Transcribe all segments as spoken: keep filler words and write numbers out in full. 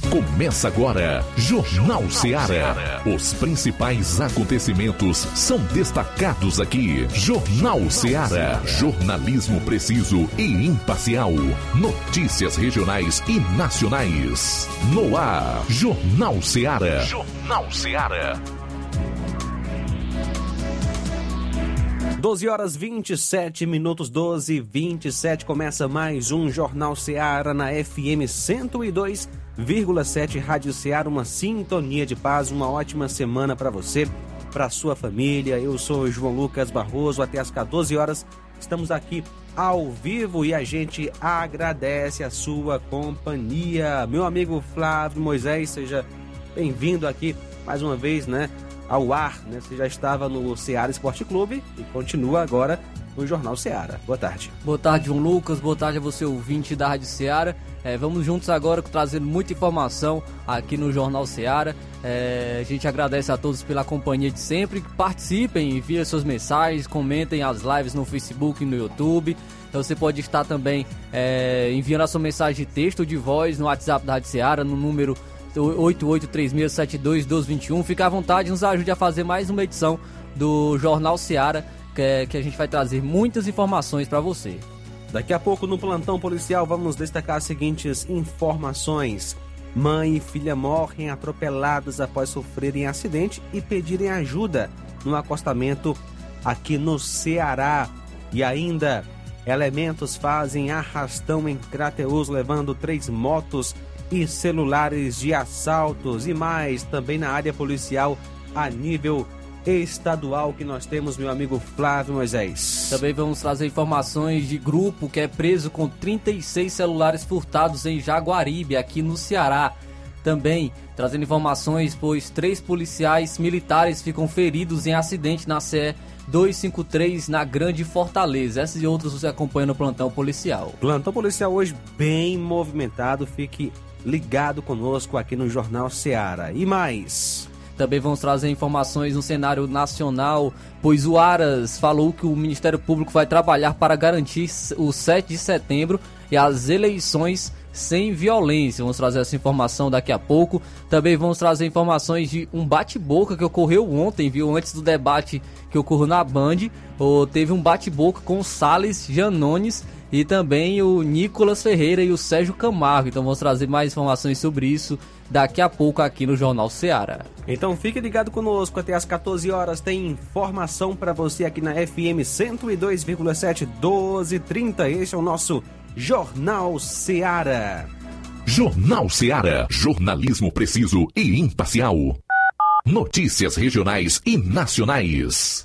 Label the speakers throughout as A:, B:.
A: Começa agora, Jornal Ceará. Os principais acontecimentos são destacados aqui. Jornal Ceará. Jornalismo preciso e imparcial. Notícias regionais e nacionais. No ar, Jornal Ceará. Jornal Ceará.
B: doze horas vinte e sete minutos, doze e vinte e sete, começa mais um Jornal Ceará na F M cento e dois vírgula sete, Rádio Ceará, uma sintonia de paz, uma ótima semana para você, para sua família. Eu sou o João Lucas Barroso, até às quatorze horas estamos aqui ao vivo e a gente agradece a sua companhia. Meu amigo Flávio Moisés, seja bem-vindo aqui mais uma vez, né? Ao ar, né? Você já estava no Ceará Esporte Clube e continua agora no Jornal Ceará. Boa tarde.
C: Boa tarde, João Lucas. Boa tarde a você, ouvinte da Rádio Ceará. É, vamos juntos agora trazendo muita informação aqui no Jornal Ceará. É, a gente agradece a todos pela companhia de sempre. Participem, enviem suas mensagens, comentem as lives no Facebook e no YouTube. Então você pode estar também é, enviando a sua mensagem de texto ou de voz no WhatsApp da Rádio Ceará, no número oito oito três seis sete dois um dois dois um. Fique à vontade, nos ajude a fazer mais uma edição do Jornal Ceará, que, é, que a gente vai trazer muitas informações para você.
B: Daqui a pouco no plantão policial vamos destacar as seguintes informações. Mãe e filha morrem atropeladas após sofrerem acidente e pedirem ajuda no acostamento aqui no Ceará. E ainda, elementos fazem arrastão em Crateús, levando três motos e celulares de assaltos e mais também na área policial a nível estadual que nós temos, meu amigo Flávio Moisés.
C: Também vamos trazer informações de grupo que é preso com trinta e seis celulares furtados em Jaguaribe, aqui no Ceará. Também trazendo informações, pois três policiais militares ficam feridos em acidente na C E duzentos e cinquenta e três na Grande Fortaleza. Essas e outras você acompanha no plantão policial.
B: Plantão policial hoje bem movimentado, fique ligado conosco aqui no Jornal Ceará. E mais,
C: também vamos trazer informações no cenário nacional, pois o Aras falou que o Ministério Público vai trabalhar para garantir o sete de setembro e as eleições sem violência. Vamos trazer essa informação daqui a pouco. Também vamos trazer informações de um bate-boca que ocorreu ontem, viu? Antes do debate que ocorreu na Band, ou teve um bate-boca com o Salles Janones e também o Nicolas Ferreira e o Sérgio Camargo. Então vamos trazer mais informações sobre isso daqui a pouco aqui no Jornal Ceará.
B: Então fique ligado conosco até às quatorze horas, tem informação para você aqui na F M cento e dois vírgula sete, doze e trinta. Esse é o nosso Jornal Ceará.
A: Jornal Ceará, jornalismo preciso e imparcial. Notícias regionais e nacionais.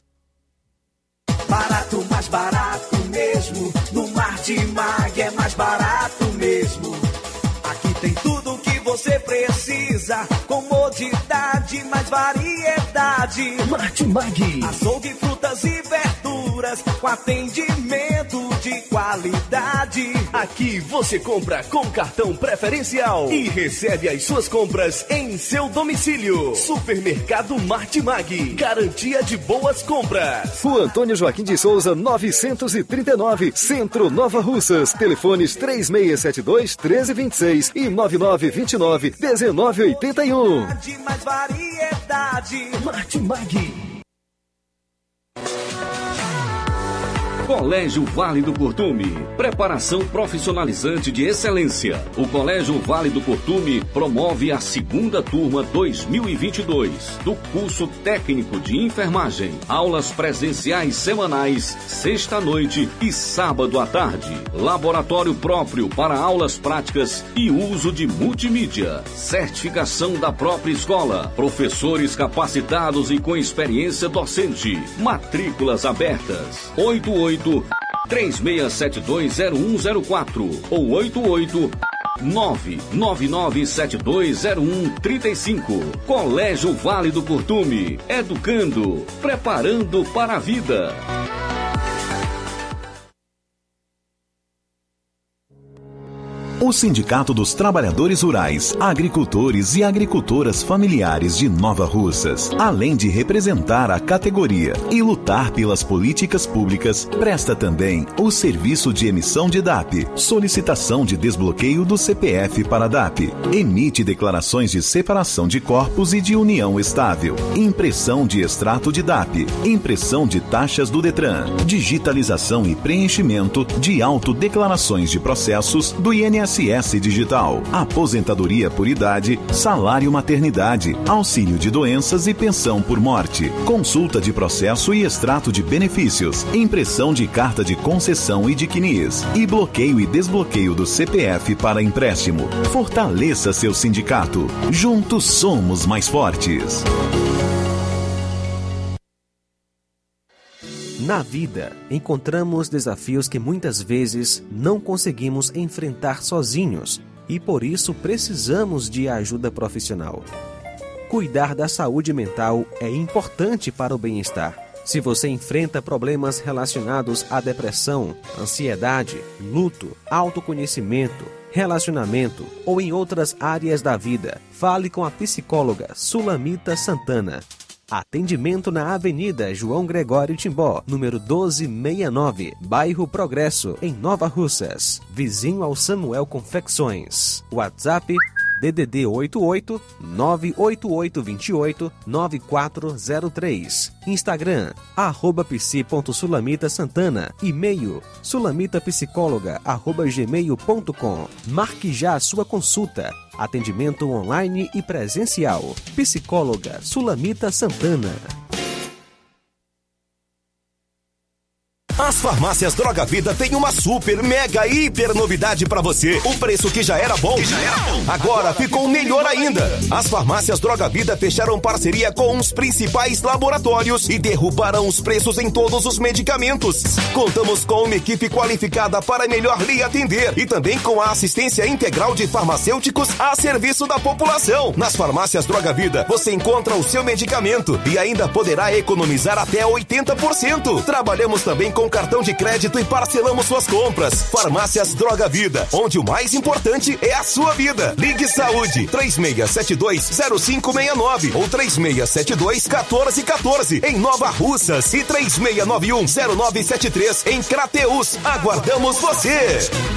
D: Barato, mais barato mesmo. No Martimag é mais barato mesmo. Aqui tem tudo o que você precisa. Comodidade, mais variedade.
E: Martimag.
D: Açougue, frutas e verduras com atendimento de qualidade.
E: Aqui você compra com cartão preferencial e recebe as suas compras em seu domicílio. Supermercado Martimag, garantia de boas compras.
F: Rua Antônio Joaquim de Souza, novecentos e trinta e nove, Centro Nova Russas. Telefones três seis sete dois, um três dois seis e nove nove dois nove, um nove oito um.
D: Mais variedade.
E: Martimag.
G: Colégio Vale do Curtume, preparação profissionalizante de excelência. O Colégio Vale do Curtume promove a segunda turma dois mil e vinte e dois do curso técnico de enfermagem. Aulas presenciais semanais, sexta-noite e sábado à tarde. Laboratório próprio para aulas práticas e uso de multimídia. Certificação da própria escola. Professores capacitados e com experiência docente. Matrículas abertas. oito oito três seis sete dois zero um zero quatro ou oito oito nove nove nove sete dois zero um três cinco. Colégio Vale do Curtume, educando, preparando para a vida.
H: O Sindicato dos Trabalhadores Rurais, Agricultores e Agricultoras Familiares de Nova Russas, além de representar a categoria e lutar pelas políticas públicas, presta também o serviço de emissão de D A P, solicitação de desbloqueio do C P F para D A P, emite declarações de separação de corpos e de união estável, impressão de extrato de D A P, impressão de taxas do Detran, digitalização e preenchimento de autodeclarações de processos do I N S S Digital, aposentadoria por idade, salário maternidade, auxílio de doenças e pensão por morte, consulta de processo e extrato de benefícios, impressão de carta de concessão e de C N I S, e bloqueio e desbloqueio do C P F para empréstimo. Fortaleça seu sindicato. Juntos somos mais fortes.
B: Na vida, encontramos desafios que muitas vezes não conseguimos enfrentar sozinhos e por isso precisamos de ajuda profissional. Cuidar da saúde mental é importante para o bem-estar. Se você enfrenta problemas relacionados à depressão, ansiedade, luto, autoconhecimento, relacionamento ou em outras áreas da vida, fale com a psicóloga Sulamita Santana. Atendimento na Avenida João Gregório Timbó, número doze sessenta e nove, bairro Progresso, em Nova Russas, vizinho ao Samuel Confecções. WhatsApp D D D oito oito nove oito oito dois oito nove quatro zero três. Instagram, arroba psi.sulamita Santana. E-mail, sulamitapsicóloga, arroba gmail ponto com. Marque já a sua consulta. Atendimento online e presencial. Psicóloga Sulamita Santana.
E: As farmácias Droga Vida têm uma super, mega, hiper novidade pra você. O preço que já era bom, que já era bom. Agora ficou melhor ainda. As farmácias Droga Vida fecharam parceria com os principais laboratórios e derrubaram os preços em todos os medicamentos. Contamos com uma equipe qualificada para melhor lhe atender e também com a assistência integral de farmacêuticos a serviço da população. Nas farmácias Droga Vida, você encontra o seu medicamento e ainda poderá economizar até oitenta por cento. Trabalhamos também com cartão de crédito e parcelamos suas compras. Farmácias Droga Vida, onde o mais importante é a sua vida. Ligue Saúde três seis sete dois zero cinco seis nove ou três seis sete dois um quatro um quatro em Nova Russas e três seis nove um zero nove sete três em Crateús. Aguardamos você!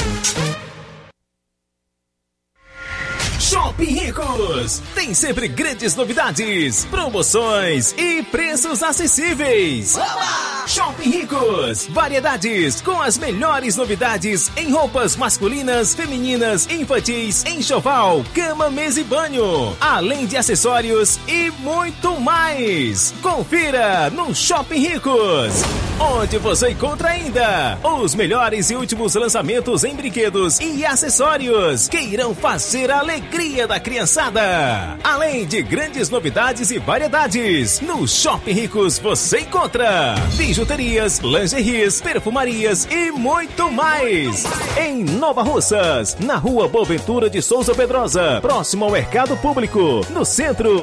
I: Shopping Ricos tem sempre grandes novidades, promoções e preços acessíveis. Oba! Shopping Ricos, variedades com as melhores novidades em roupas masculinas, femininas, infantis, enxoval, cama, mesa e banho, além de acessórios e muito mais. Confira no Shopping Ricos, onde você encontra ainda os melhores e últimos lançamentos em brinquedos e acessórios que irão fazer a alegria da criançada. Além de grandes novidades e variedades, no Shopping Ricos você encontra bijuterias, lingeries, perfumarias e muito mais. Em Nova Russas, na Rua Boaventura de Souza Pedrosa, próximo ao Mercado Público, no centro.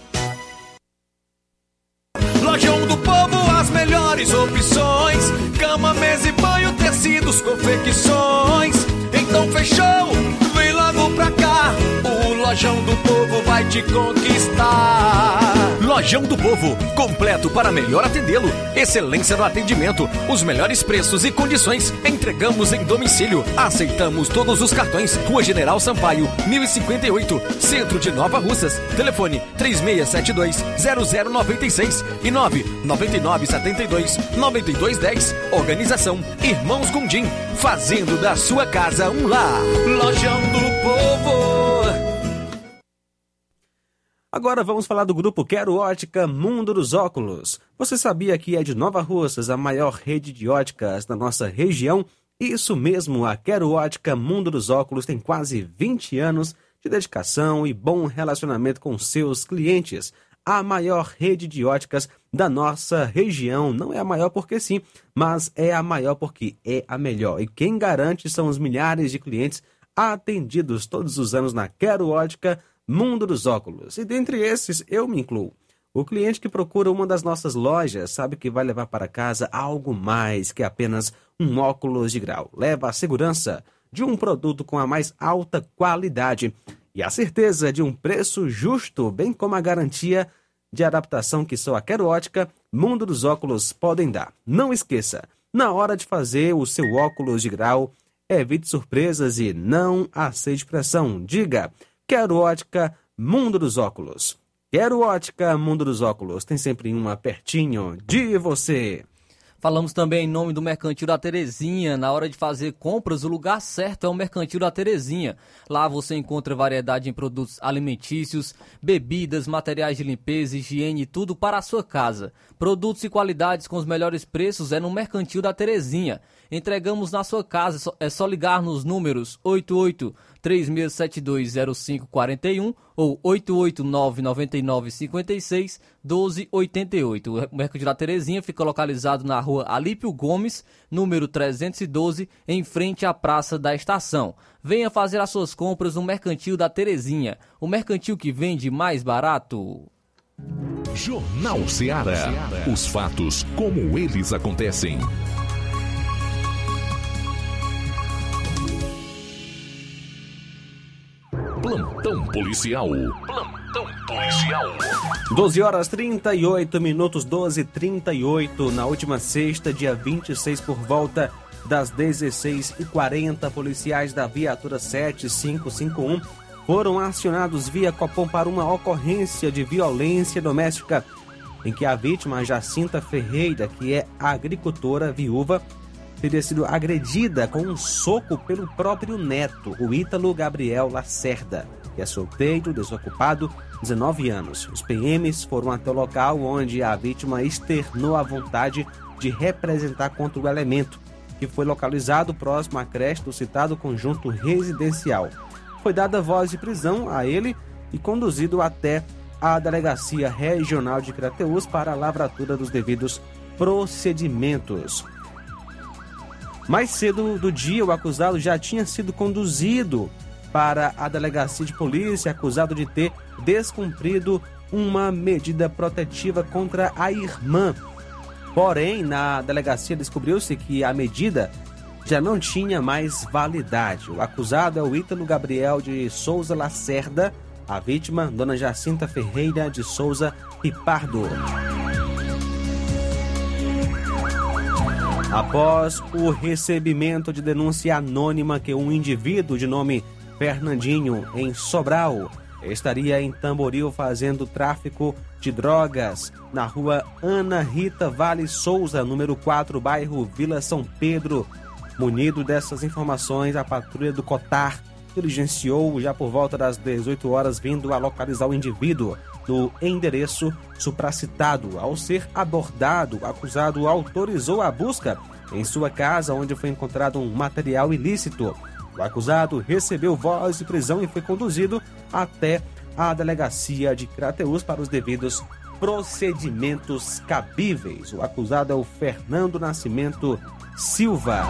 D: Lojão do Povo, as melhores opções: cama, mesa e banho, tecidos, confecções. Então fechou, vem logo pra cá. O Lojão do Povo vai te conquistar.
J: Lojão do Povo, completo para melhor atendê-lo. Excelência no atendimento, os melhores preços e condições. Entregamos em domicílio. Aceitamos todos os cartões. Rua General Sampaio, mil e cinquenta e oito, Centro de Nova Russas. Telefone três seis sete dois zero zero nove seis e nove nove nove sete dois nove dois um zero. Organização Irmãos Gondim, fazendo da sua casa um lar. Lojão do Povo.
B: Agora vamos falar do grupo Quero Ótica Mundo dos Óculos. Você sabia que é de Nova Russas a maior rede de óticas da nossa região? Isso mesmo, a Quero Ótica Mundo dos Óculos tem quase vinte anos de dedicação e bom relacionamento com seus clientes. A maior rede de óticas da nossa região. Não é a maior porque sim, mas é a maior porque é a melhor. E quem garante são os milhares de clientes atendidos todos os anos na Quero Ótica Mundo dos Óculos. E dentre esses, eu me incluo. O cliente que procura uma das nossas lojas sabe que vai levar para casa algo mais que apenas um óculos de grau. Leva a segurança de um produto com a mais alta qualidade e a certeza de um preço justo, bem como a garantia de adaptação que só a Quero Ótica, Mundo dos Óculos podem dar. Não esqueça, na hora de fazer o seu óculos de grau, evite surpresas e não aceite pressão. Diga, Quero Ótica, Mundo dos Óculos. Quero Ótica, Mundo dos Óculos. Tem sempre uma pertinho de você.
C: Falamos também em nome do Mercantil da Terezinha. Na hora de fazer compras, o lugar certo é o Mercantil da Terezinha. Lá você encontra variedade em produtos alimentícios, bebidas, materiais de limpeza, higiene, tudo para a sua casa. Produtos e qualidades com os melhores preços é no Mercantil da Terezinha. Entregamos na sua casa, é só ligar nos números oito oito, três seis sete dois, zero cinco quatro um ou oito oito nove, nove nove cinco seis, um dois oito oito. O Mercantil da Terezinha fica localizado na rua Alípio Gomes, número trezentos e doze, em frente à Praça da Estação. Venha fazer as suas compras no Mercantil da Terezinha, o mercantil que vende mais barato.
A: Jornal Ceará. Os fatos como eles acontecem. Plantão policial. Plantão policial.
B: doze horas trinta e oito minutos, doze e trinta e oito. Na última sexta, dia vinte e seis, por volta das dezesseis e quarenta, policiais da viatura sete cinco cinco um foram acionados via Copom para uma ocorrência de violência doméstica em que a vítima, Jacinta Ferreira, que é agricultora viúva, teria sido agredida com um soco pelo próprio neto, o Ítalo Gabriel Lacerda, que é solteiro, desocupado, dezenove anos. Os P Ms foram até o local onde a vítima externou a vontade de representar contra o elemento, que foi localizado próximo à creche do citado conjunto residencial. Foi dada voz de prisão a ele e conduzido até a Delegacia Regional de Crateús para a lavratura dos devidos procedimentos. Mais cedo do dia, o acusado já tinha sido conduzido para a delegacia de polícia, acusado de ter descumprido uma medida protetiva contra a irmã. Porém, na delegacia descobriu-se que a medida já não tinha mais validade. O acusado é o Ítalo Gabriel de Souza Lacerda, a vítima, Dona Jacinta Ferreira de Souza Pipardo. Após o recebimento de denúncia anônima que um indivíduo de nome Fernandinho, em Sobral, estaria em Tamboril fazendo tráfico de drogas na rua Ana Rita Vale Souza, número quatro, bairro Vila São Pedro. Munido dessas informações, a patrulha do Cotar diligenciou já por volta das dezoito horas, vindo a localizar o indivíduo no endereço supracitado. Ao ser abordado, o acusado autorizou a busca em sua casa, onde foi encontrado um material ilícito. O acusado recebeu voz de prisão e foi conduzido até a delegacia de Crateús para os devidos procedimentos cabíveis. O acusado é o Fernando Nascimento Silva.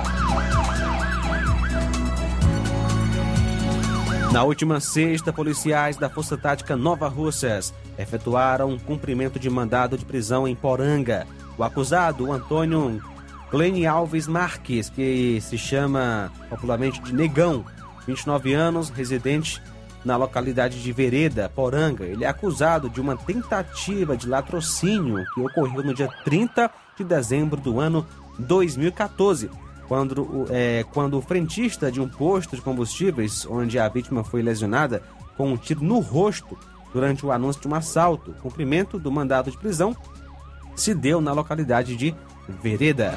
B: Na última sexta, policiais da Força Tática Nova Russas efetuaram um cumprimento de mandado de prisão em Poranga. O acusado, o Antônio Glene Alves Marques, que se chama popularmente de Negão, vinte e nove anos, residente na localidade de Vereda, Poranga. Ele é acusado de uma tentativa de latrocínio que ocorreu no dia trinta de dezembro do ano dois mil e quatorze. Quando, é, quando o frentista de um posto de combustíveis, onde a vítima foi lesionada com um tiro no rosto durante o anúncio de um assalto. O cumprimento do mandado de prisão se deu na localidade de Vereda.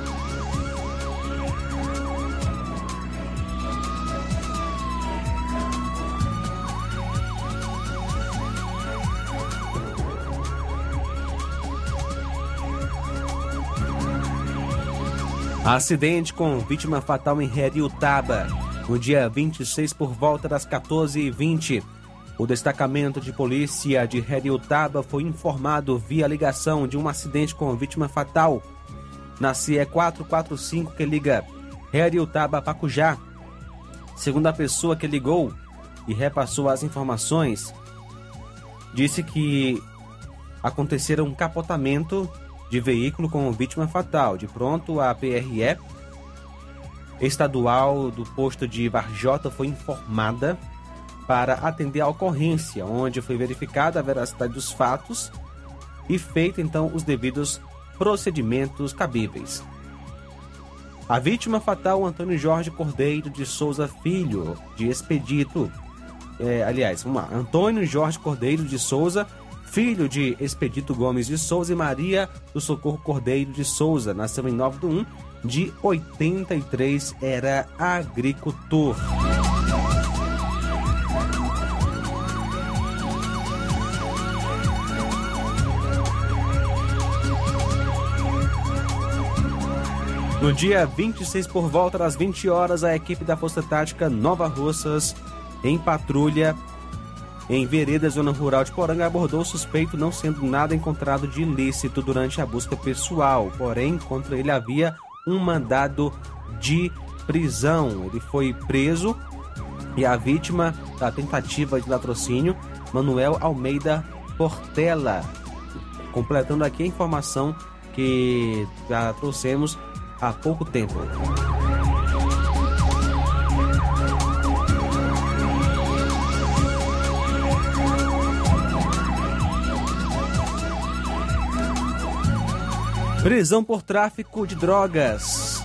B: Acidente com vítima fatal em Heriutaba, no dia vinte e seis, por volta das quatorze e vinte. O destacamento de polícia de Heriutaba foi informado via ligação de um acidente com vítima fatal na C E quatrocentos e quarenta e cinco, que liga Heriutaba a Pacujá. Segundo a pessoa que ligou e repassou as informações, disse que acontecera um capotamento de veículo com vítima fatal. De pronto, a P R E estadual do posto de Varjota foi informada para atender a ocorrência, onde foi verificada a veracidade dos fatos e feito então os devidos procedimentos cabíveis. A vítima fatal, Antônio Jorge Cordeiro de Souza Filho, de Expedito, é, aliás, vamos lá, Antônio Jorge Cordeiro de Souza, filho de Expedito Gomes de Souza e Maria do Socorro Cordeiro de Souza, nasceu em nove de um de oitenta e três, era agricultor. No dia vinte e seis, por volta das vinte horas, a equipe da Força Tática Nova Russas, em patrulha em Vereda, zona rural de Poranga, abordou o suspeito, não sendo nada encontrado de ilícito durante a busca pessoal. Porém, contra ele havia um mandado de prisão. Ele foi preso e a vítima da tentativa de latrocínio, Manuel Almeida Portela. Completando aqui a informação que já trouxemos há pouco tempo. Prisão por tráfico de drogas.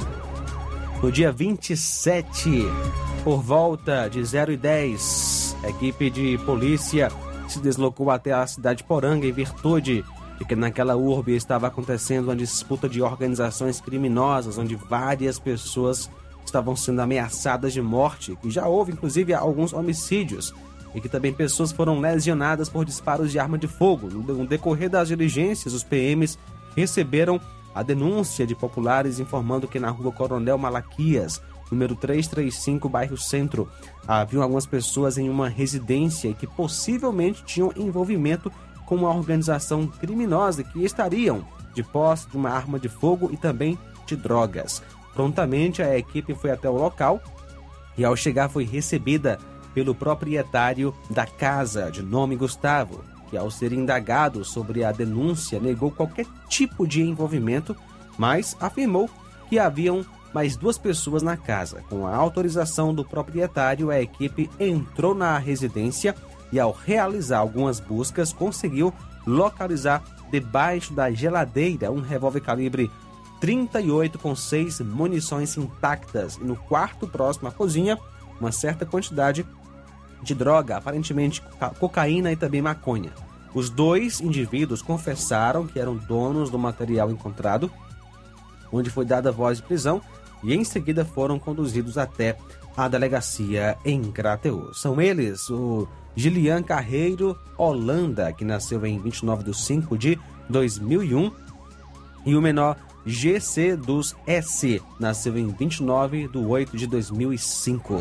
B: No dia vinte e sete, por volta de zero e dez, a equipe de polícia se deslocou até a cidade de Poranga em virtude de que naquela urbe estava acontecendo uma disputa de organizações criminosas, onde várias pessoas estavam sendo ameaçadas de morte, e já houve inclusive alguns homicídios, e que também pessoas foram lesionadas por disparos de arma de fogo. No decorrer das diligências, os P Ms receberam a denúncia de populares informando que na rua Coronel Malaquias, número trezentos e trinta e cinco, bairro Centro, haviam algumas pessoas em uma residência que possivelmente tinham envolvimento com uma organização criminosa que estariam de posse de uma arma de fogo e também de drogas. Prontamente a equipe foi até o local e ao chegar foi recebida pelo proprietário da casa, de nome Gustavo, que ao ser indagado sobre a denúncia negou qualquer tipo de envolvimento, mas afirmou que haviam mais duas pessoas na casa. Com a autorização do proprietário, a equipe entrou na residência e ao realizar algumas buscas, conseguiu localizar debaixo da geladeira um revólver calibre trinta e oito com seis munições intactas e no quarto próximo à cozinha, uma certa quantidade de droga, aparentemente cocaína e também maconha. Os dois indivíduos confessaram que eram donos do material encontrado, onde foi dada voz de prisão e em seguida foram conduzidos até a delegacia em Crateús. São eles o Gilian Carreiro Holanda, que nasceu em vinte e nove de cinco de dois mil e um, e o menor G C dos S, nasceu em vinte e nove de oito de dois mil e cinco.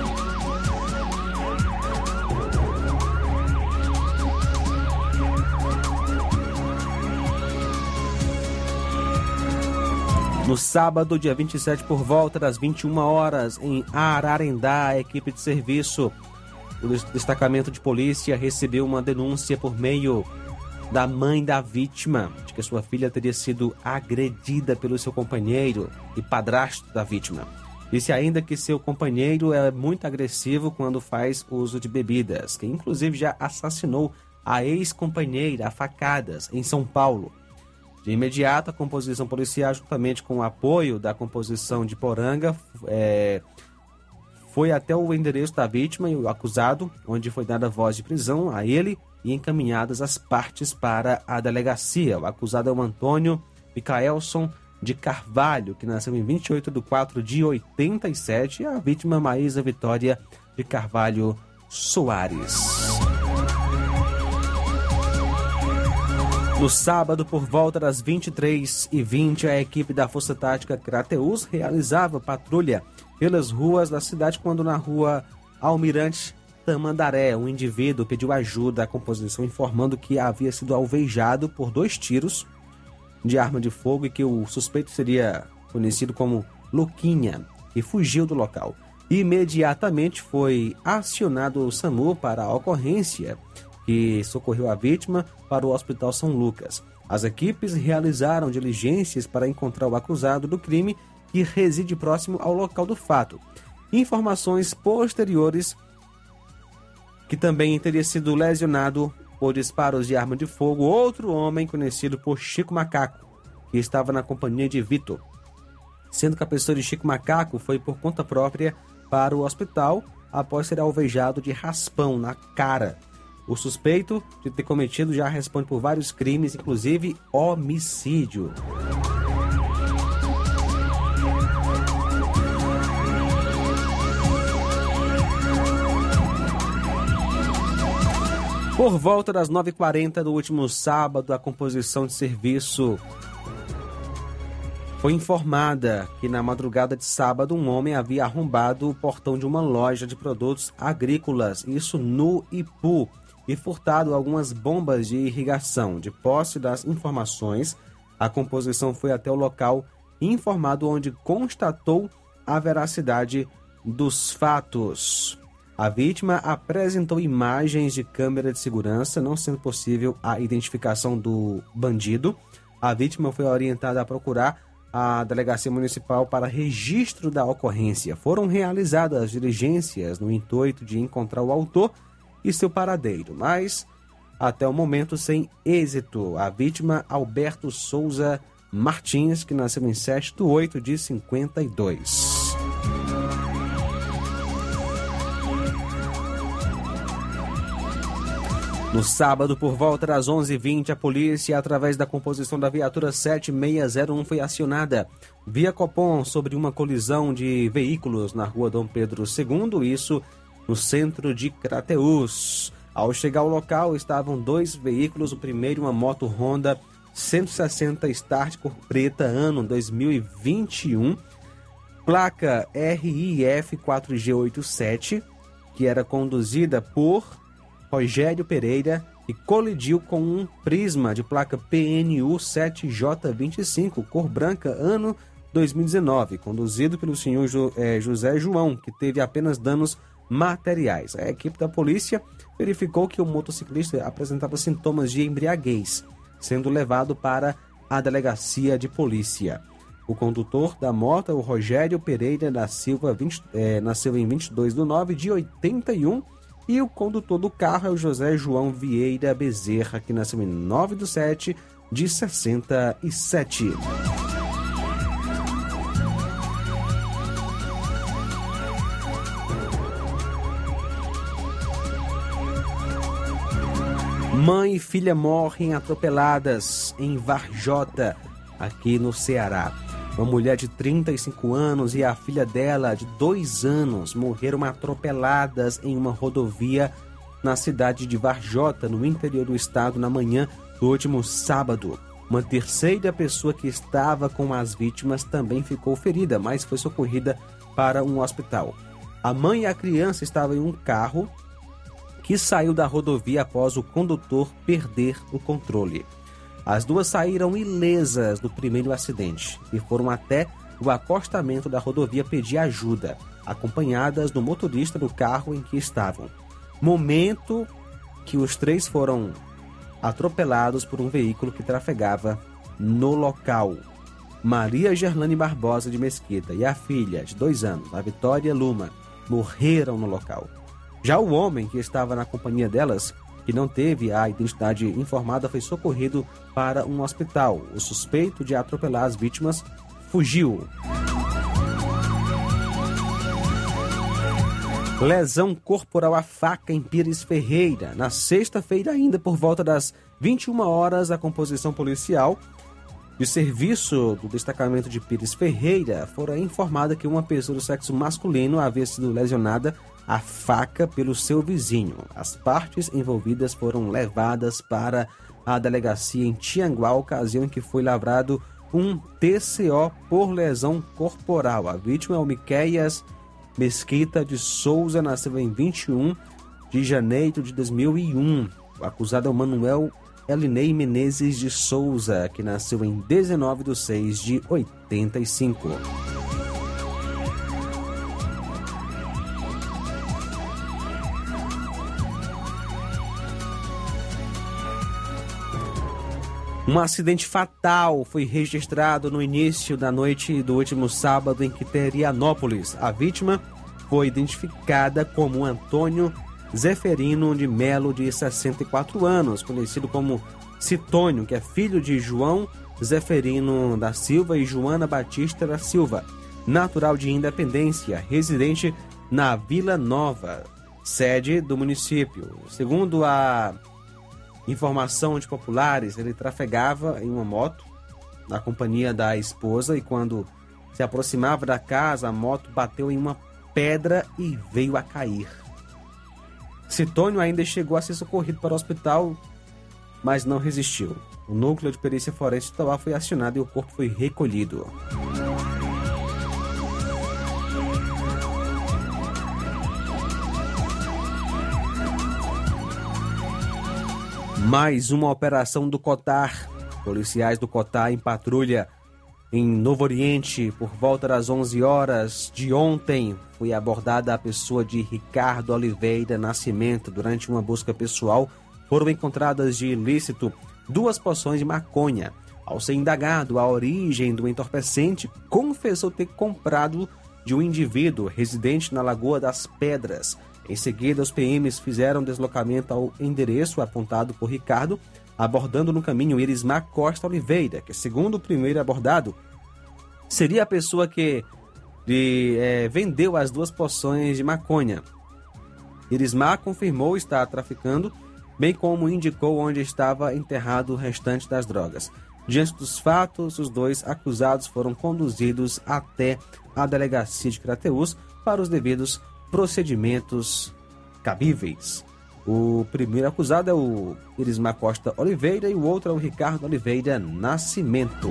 B: No sábado, dia vinte e sete, por volta das vinte e uma horas, em Ararendá, a equipe de serviço do destacamento de polícia recebeu uma denúncia por meio da mãe da vítima de que sua filha teria sido agredida pelo seu companheiro e padrasto da vítima. Disse ainda que seu companheiro é muito agressivo quando faz uso de bebidas, que inclusive já assassinou a ex-companheira a facadas em São Paulo. De imediato, a composição policial, juntamente com o apoio da composição de Poranga, é, foi até o endereço da vítima e o acusado, onde foi dada voz de prisão a ele e encaminhadas as partes para a delegacia. O acusado é o Antônio Micaelson de Carvalho, que nasceu em vinte e oito de quatro de oitenta e sete, e a vítima Maísa Vitória de Carvalho Soares. No sábado, por volta das vinte e três e vinte, a equipe da Força Tática Crateús realizava patrulha pelas ruas da cidade quando na rua Almirante Tamandaré, um indivíduo pediu ajuda à composição informando que havia sido alvejado por dois tiros de arma de fogo e que o suspeito seria conhecido como Luquinha, que fugiu do local. Imediatamente foi acionado o SAMU para a ocorrência, que socorreu a vítima para o Hospital São Lucas. As equipes realizaram diligências para encontrar o acusado do crime, que reside próximo ao local do fato. Informações posteriores que também teria sido lesionado por disparos de arma de fogo outro homem conhecido por Chico Macaco, que estava na companhia de Vitor, sendo que a pessoa de Chico Macaco foi por conta própria para o hospital após ser alvejado de raspão na cara. O suspeito de ter cometido já responde por vários crimes, inclusive homicídio. Por volta das nove e quarenta do último sábado, a composição de serviço foi informada que na madrugada de sábado um homem havia arrombado o portão de uma loja de produtos agrícolas, isso no Ipu, e furtado algumas bombas de irrigação. De posse das informações, a composição foi até o local informado, onde constatou a veracidade dos fatos. A vítima apresentou imagens de câmera de segurança, não sendo possível a identificação do bandido. A vítima foi orientada a procurar a Delegacia Municipal para registro da ocorrência. Foram realizadas diligências no intuito de encontrar o autor e seu paradeiro, mas até o momento sem êxito. A vítima, Alberto Souza Martins, que nasceu em sete de oito de cinquenta e dois. No sábado, por volta das onze e vinte, a polícia, através da composição da viatura sete seis zero um, foi acionada via Copom sobre uma colisão de veículos na rua Dom Pedro segundo, isso no centro de Crateús. Ao chegar ao local, estavam dois veículos, o primeiro uma moto Honda cento e sessenta Start cor preta, ano dois mil e vinte e um, placa R I F quatro G oitenta e sete, que era conduzida por Rogério Pereira e colidiu com um Prisma de placa P N U sete J vinte e cinco, cor branca, ano dois mil e dezenove, conduzido pelo senhor Jo- eh, José João, que teve apenas danos materiais. A equipe da polícia verificou que o motociclista apresentava sintomas de embriaguez, sendo levado para a delegacia de polícia. O condutor da moto, o Rogério Pereira da Silva, vinte, eh, nasceu em vinte e dois de nove de oitenta e um, e o condutor do carro é o José João Vieira Bezerra, que nasceu em nove de sete de sessenta e sete. Mãe e filha morrem atropeladas em Varjota, aqui no Ceará. Uma mulher de trinta e cinco anos e a filha dela, de dois anos, morreram atropeladas em uma rodovia na cidade de Varjota, no interior do estado, na manhã do último sábado. Uma terceira pessoa que estava com as vítimas também ficou ferida, mas foi socorrida para um hospital. A mãe e a criança estavam em um carro que saiu da rodovia após o condutor perder o controle. As duas saíram ilesas do primeiro acidente e foram até o acostamento da rodovia pedir ajuda, acompanhadas do motorista do carro em que estavam. Momento que os três foram atropelados por um veículo que trafegava no local. Maria Gerlane Barbosa de Mesquita e a filha, de dois anos, a Vitória Luma, morreram no local. Já o homem que estava na companhia delas, que não teve a identidade informada, foi socorrido para um hospital. O suspeito de atropelar as vítimas fugiu. Lesão corporal à faca em Pires Ferreira. Na sexta-feira, ainda por volta das vinte e uma horas, a composição policial de serviço do destacamento de Pires Ferreira fora informada que uma pessoa do sexo masculino havia sido lesionada a faca pelo seu vizinho. As partes envolvidas foram levadas para a delegacia em Tianguá, ocasião em que foi lavrado um T C O por lesão corporal. A vítima é o Miqueias Mesquita de Souza, nasceu em vinte e um de janeiro de dois mil e um. O acusado é o Manuel Elinei Menezes de Souza, que nasceu em dezenove de seis de oitenta e cinco. Um acidente fatal foi registrado no início da noite do último sábado em Quiterianópolis. A vítima foi identificada como Antônio Zeferino de Melo, de sessenta e quatro anos, conhecido como Citônio, que é filho de João Zeferino da Silva e Joana Batista da Silva, natural de Independência, residente na Vila Nova, sede do município. Segundo a informação de populares, ele trafegava em uma moto na companhia da esposa e quando se aproximava da casa, a moto bateu em uma pedra e veio a cair. Citônio ainda chegou a ser socorrido para o hospital, mas não resistiu. O núcleo de perícia forense de Itauá foi acionado e o corpo foi recolhido. Mais uma operação do COTAR. Policiais do COTAR em patrulha em Novo Oriente por volta das onze horas de ontem. Foi abordada a pessoa de Ricardo Oliveira Nascimento. Durante uma busca pessoal, foram encontradas de ilícito duas porções de maconha. Ao ser indagado a origem do entorpecente, confessou ter comprado de um indivíduo residente na Lagoa das Pedras. Em seguida, os P Ms fizeram deslocamento ao endereço apontado por Ricardo, abordando no caminho Irismar Costa Oliveira, que, segundo o primeiro abordado, seria a pessoa que lhe, é, vendeu as duas porções de maconha. Irismar confirmou estar traficando, bem como indicou onde estava enterrado o restante das drogas. Diante dos fatos, os dois acusados foram conduzidos até a delegacia de Crateús para os devidos procedimentos cabíveis. O primeiro acusado é o Irismar Costa Oliveira e o outro é o Ricardo Oliveira Nascimento.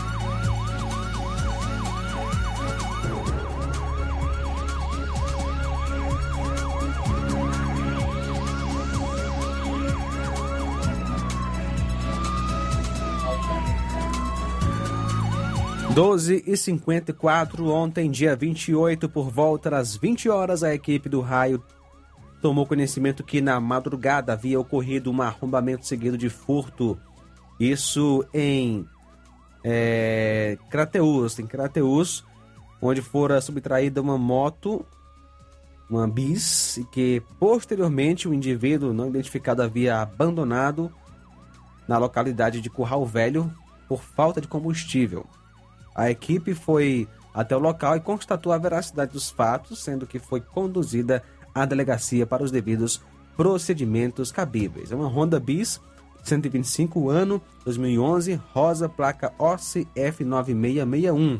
B: doze e cinquenta e quatro, ontem, dia vinte e oito, por volta das vinte horas, a equipe do Raio tomou conhecimento que na madrugada havia ocorrido um arrombamento seguido de furto. Isso em é, Crateús, em Crateús, onde fora subtraída uma moto, uma bis, e que posteriormente o indivíduo não identificado havia abandonado na localidade de Curral Velho por falta de combustível. A equipe foi até o local e constatou a veracidade dos fatos, sendo que foi conduzida à delegacia para os devidos procedimentos cabíveis. É uma Honda Bis, cento e vinte e cinco, ano dois mil e onze, rosa, placa O C F nove seis seis um.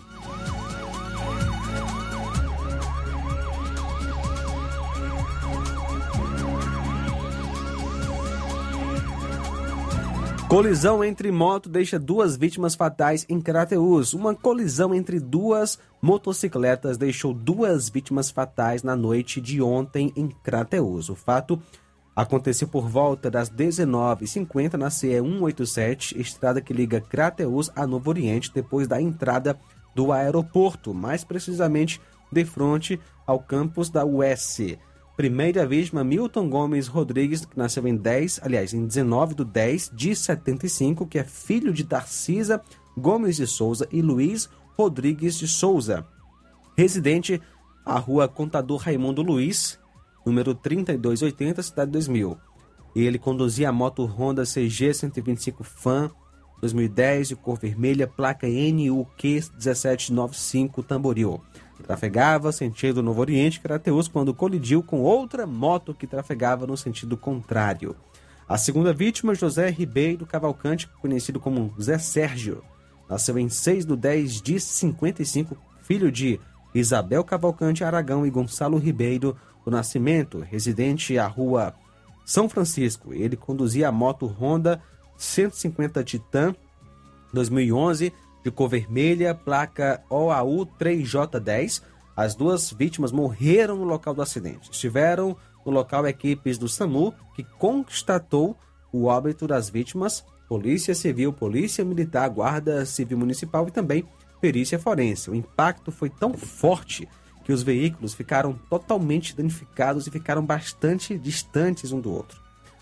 B: Colisão entre moto deixa duas vítimas fatais em Crateús. Uma colisão entre duas motocicletas deixou duas vítimas fatais na noite de ontem em Crateús. O fato aconteceu por volta das dezenove e cinquenta na C E cento e oitenta e sete, estrada que liga Crateús a Novo Oriente, depois da entrada do aeroporto, mais precisamente de frente ao campus da U S. Primeira vítima, Milton Gomes Rodrigues, que nasceu em dez, aliás, em dezenove de dez de setenta e cinco, que é filho de Darcisa Gomes de Souza e Luiz Rodrigues de Souza, residente à rua Contador Raimundo Luiz, número trinta e dois oitenta, cidade dois mil. Ele conduzia a moto Honda C G cento e vinte e cinco Fan dois mil e dez, de cor vermelha, placa N U Q um sete nove cinco, Tamboril. Trafegava sentido Novo Oriente, Crateús, quando colidiu com outra moto que trafegava no sentido contrário. A segunda vítima, José Ribeiro Cavalcante, conhecido como Zé Sérgio, nasceu em seis de dez de cinquenta e cinco, filho de Isabel Cavalcante Aragão e Gonçalo Ribeiro do Nascimento, residente à rua São Francisco. Ele conduzia a moto Honda cento e cinquenta Titan dois mil e onze, de cor vermelha, placa O A U três J dez. As duas vítimas morreram no local do acidente. Estiveram no local equipes do SAMU, que constatou o óbito das vítimas, Polícia Civil, Polícia Militar, Guarda Civil Municipal e também Perícia Forense. O impacto foi tão forte que os veículos ficaram totalmente danificados e ficaram bastante distantes um do outro.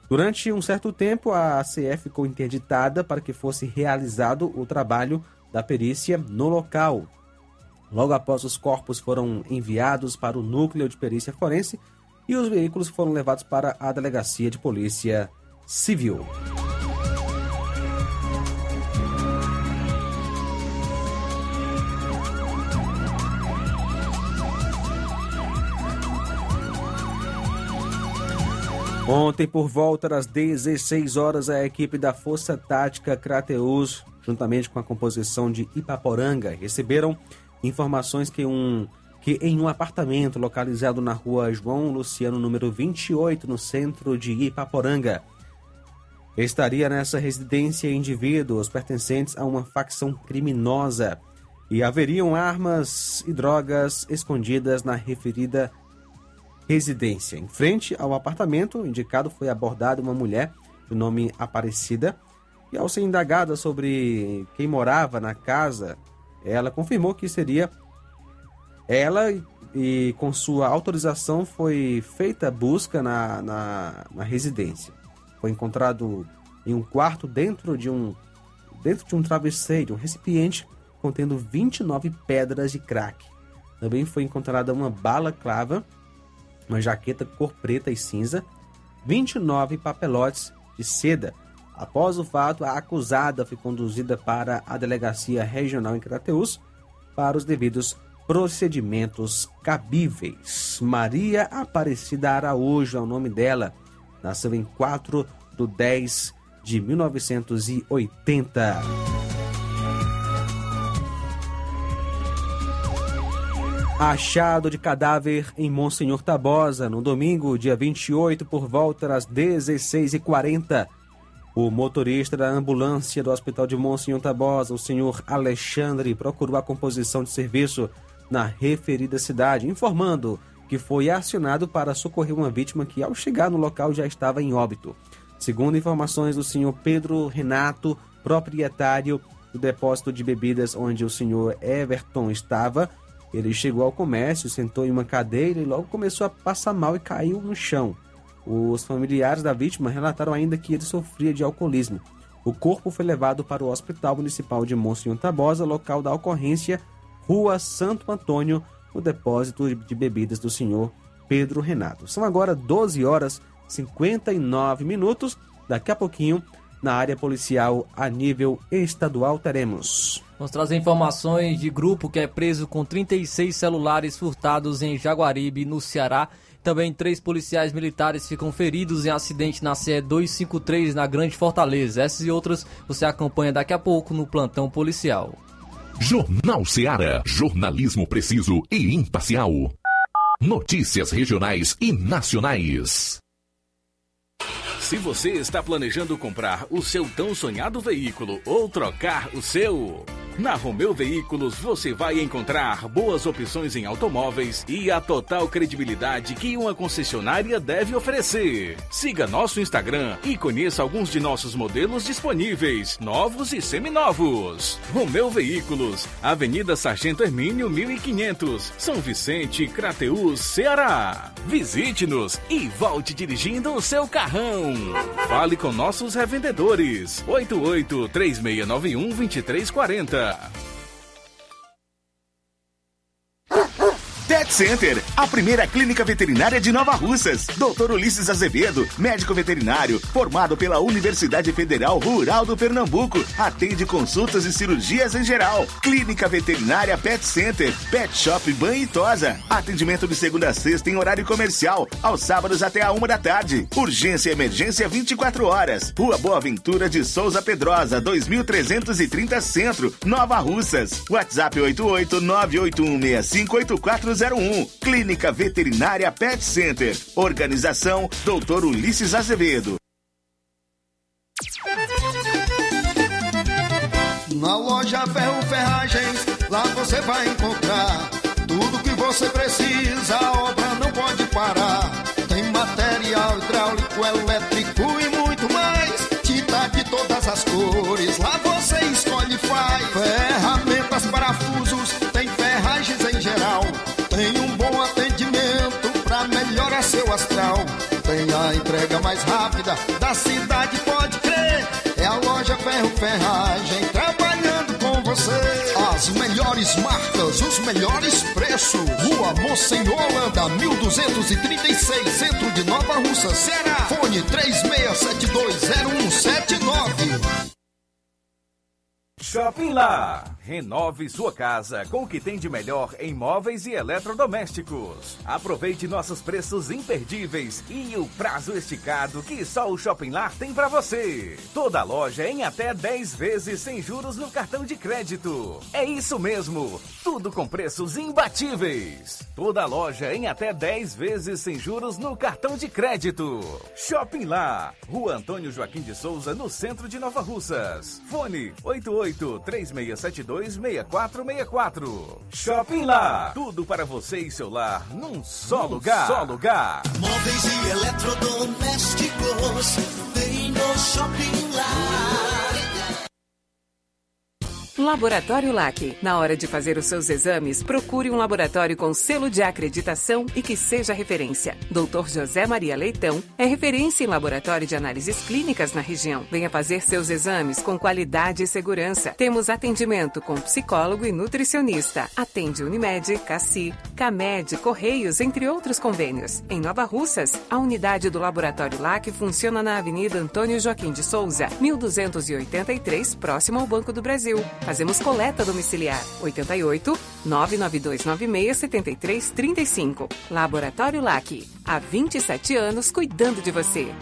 B: Durante um certo tempo, a C E ficou interditada para que fosse realizado o trabalho da perícia no local. Logo após, os corpos foram enviados para o núcleo de perícia forense e os veículos foram levados para a delegacia de polícia civil. Ontem, por volta das dezesseis horas, a equipe da Força Tática Crateús, juntamente com a composição de Ipaporanga, receberam informações que, um, que em um apartamento localizado na rua João Luciano, número vinte e oito, no centro de Ipaporanga, estaria nessa residência indivíduos pertencentes a uma facção criminosa e haveriam armas e drogas escondidas na referida residência. Em frente ao apartamento indicado foi abordada uma mulher de nome Aparecida e, ao ser indagada sobre quem morava na casa, ela confirmou que seria ela e, e com sua autorização foi feita a busca na, na, na residência. Foi encontrado em um quarto dentro de um, dentro de um travesseiro, um recipiente contendo vinte e nove pedras de crack. Também foi encontrada uma balaclava, uma jaqueta cor preta e cinza, vinte e nove papelotes de seda. Após o fato, a acusada foi conduzida para a Delegacia Regional em Crateús para os devidos procedimentos cabíveis. Maria Aparecida Araújo é o nome dela. Nasceu em quatro de dez de mil novecentos e oitenta. Achado de cadáver em Monsenhor Tabosa, no domingo, dia vinte e oito, por volta das dezesseis e quarenta. O motorista da ambulância do Hospital de Monsenhor Tabosa, o senhor Alexandre, procurou a composição de serviço na referida cidade, informando que foi acionado para socorrer uma vítima que, ao chegar no local, já estava em óbito. Segundo informações do senhor Pedro Renato, proprietário do depósito de bebidas onde o senhor Everton estava, ele chegou ao comércio, sentou em uma cadeira e logo começou a passar mal e caiu no chão. Os familiares da vítima relataram ainda que ele sofria de alcoolismo. O corpo foi levado para o Hospital Municipal de Monsenhor Tabosa, local da ocorrência, Rua Santo Antônio, no depósito de bebidas do senhor Pedro Renato. São agora doze horas e cinquenta e nove minutos. Daqui a pouquinho, na área policial a nível estadual, teremos...
C: Vamos trazer informações de grupo que é preso com trinta e seis celulares furtados em Jaguaribe, no Ceará. Também três policiais militares ficam feridos em acidente na C E duzentos e cinquenta e três, na Grande Fortaleza. Essas e outras você acompanha daqui a pouco no Plantão Policial.
A: Jornal Ceará. Jornalismo preciso e imparcial. Notícias regionais e nacionais.
J: Se você está planejando comprar o seu tão sonhado veículo ou trocar o seu, na Romeu Veículos você vai encontrar boas opções em automóveis e a total credibilidade que uma concessionária deve oferecer. Siga nosso Instagram e conheça alguns de nossos modelos disponíveis, novos e seminovos. Romeu Veículos, Avenida Sargento Hermínio mil e quinhentos, São Vicente, Crateús, Ceará. Visite-nos e volte dirigindo o seu carrão. Fale com nossos revendedores. oito oito, três seis nove um, dois três quatro zero.
E: Pet Center, a primeira clínica veterinária de Nova Russas. doutor Ulisses Azevedo, médico veterinário, formado pela Universidade Federal Rural do Pernambuco. Atende consultas e cirurgias em geral. Clínica Veterinária Pet Center, Pet Shop Banho e Tosa. Atendimento de segunda a sexta em horário comercial, aos sábados até a uma da tarde. Urgência e emergência vinte e quatro horas. Rua Boa Ventura de Souza Pedrosa, dois mil trezentos e trinta Centro, Nova Russas. WhatsApp oito oito nove oito um seis cinco oito quatro zero um. Clínica Veterinária Pet Center. Organização doutor Ulisses Azevedo.
K: Na loja Ferro Ferragens, lá você vai encontrar tudo que você precisa, a obra não pode parar. Tem material hidráulico, elétrico e muito mais. Tinta de todas as cores, lá você escolhe e faz. Ferramentas, parafusos, tem ferragens em geral. Tem um bom atendimento pra melhorar seu astral. Tem a entrega mais rápida moda da cidade, pode crer. É a loja Ferro Ferragem trabalhando com você. As melhores marcas, os melhores preços. Rua Monsenhor Holanda, mil duzentos e trinta e seis, centro de Nova Russa, Ceará. Fone três seis sete dois zero um sete nove.
L: Shopping Lá. Renove sua casa com o que tem de melhor em móveis e eletrodomésticos. Aproveite nossos preços imperdíveis e o prazo esticado que só o Shopping Lá tem para você. Toda loja em até dez vezes sem juros no cartão de crédito. É isso mesmo, tudo com preços imbatíveis. Toda loja em até dez vezes sem juros no cartão de crédito. Shopping Lá, Rua Antônio Joaquim de Souza, no centro de Nova Russas. Fone oito oito três seis sete dois seis quatro seis quatro. Shopping Lá, tudo para você e seu lar num só num lugar. Só lugar.
D: Móveis e eletrodomésticos tem no Shopping Lá.
M: Laboratório L A C. Na hora de fazer os seus exames, procure um laboratório com selo de acreditação e que seja referência. doutor José Maria Leitão é referência em laboratório de análises clínicas na região. Venha fazer seus exames com qualidade e segurança. Temos atendimento com psicólogo e nutricionista. Atende Unimed, Cassi, Camed, Correios, entre outros convênios. Em Nova Russas, a unidade do Laboratório L A C funciona na Avenida Antônio Joaquim de Souza, mil duzentos e oitenta e três, próximo ao Banco do Brasil. Fazemos coleta domiciliar. oito oito, nove nove dois nove seis, sete três três cinco. Laboratório L A C. Há vinte e sete anos cuidando de você.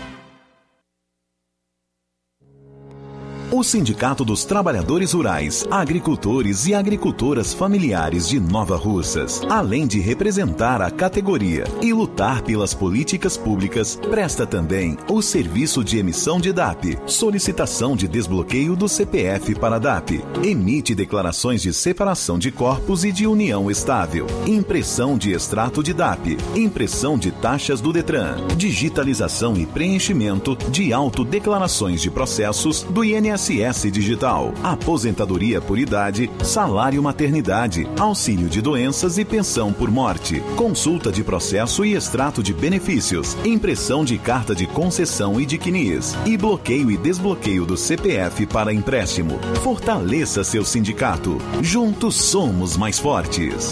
H: O Sindicato dos Trabalhadores Rurais, Agricultores e Agricultoras Familiares de Nova Russas, além de representar a categoria e lutar pelas políticas públicas, presta também o serviço de emissão de D A P, solicitação de desbloqueio do C P F para D A P, emite declarações de separação de corpos e de união estável, impressão de extrato de D A P, impressão de taxas do Detran, digitalização e preenchimento de autodeclarações de processos do I N S S Digital, aposentadoria por idade, salário maternidade, auxílio de doenças e pensão por morte, consulta de processo e extrato de benefícios, impressão de carta de concessão e de C N I S, e bloqueio e desbloqueio do C P F para empréstimo. Fortaleça seu sindicato. Juntos somos mais fortes.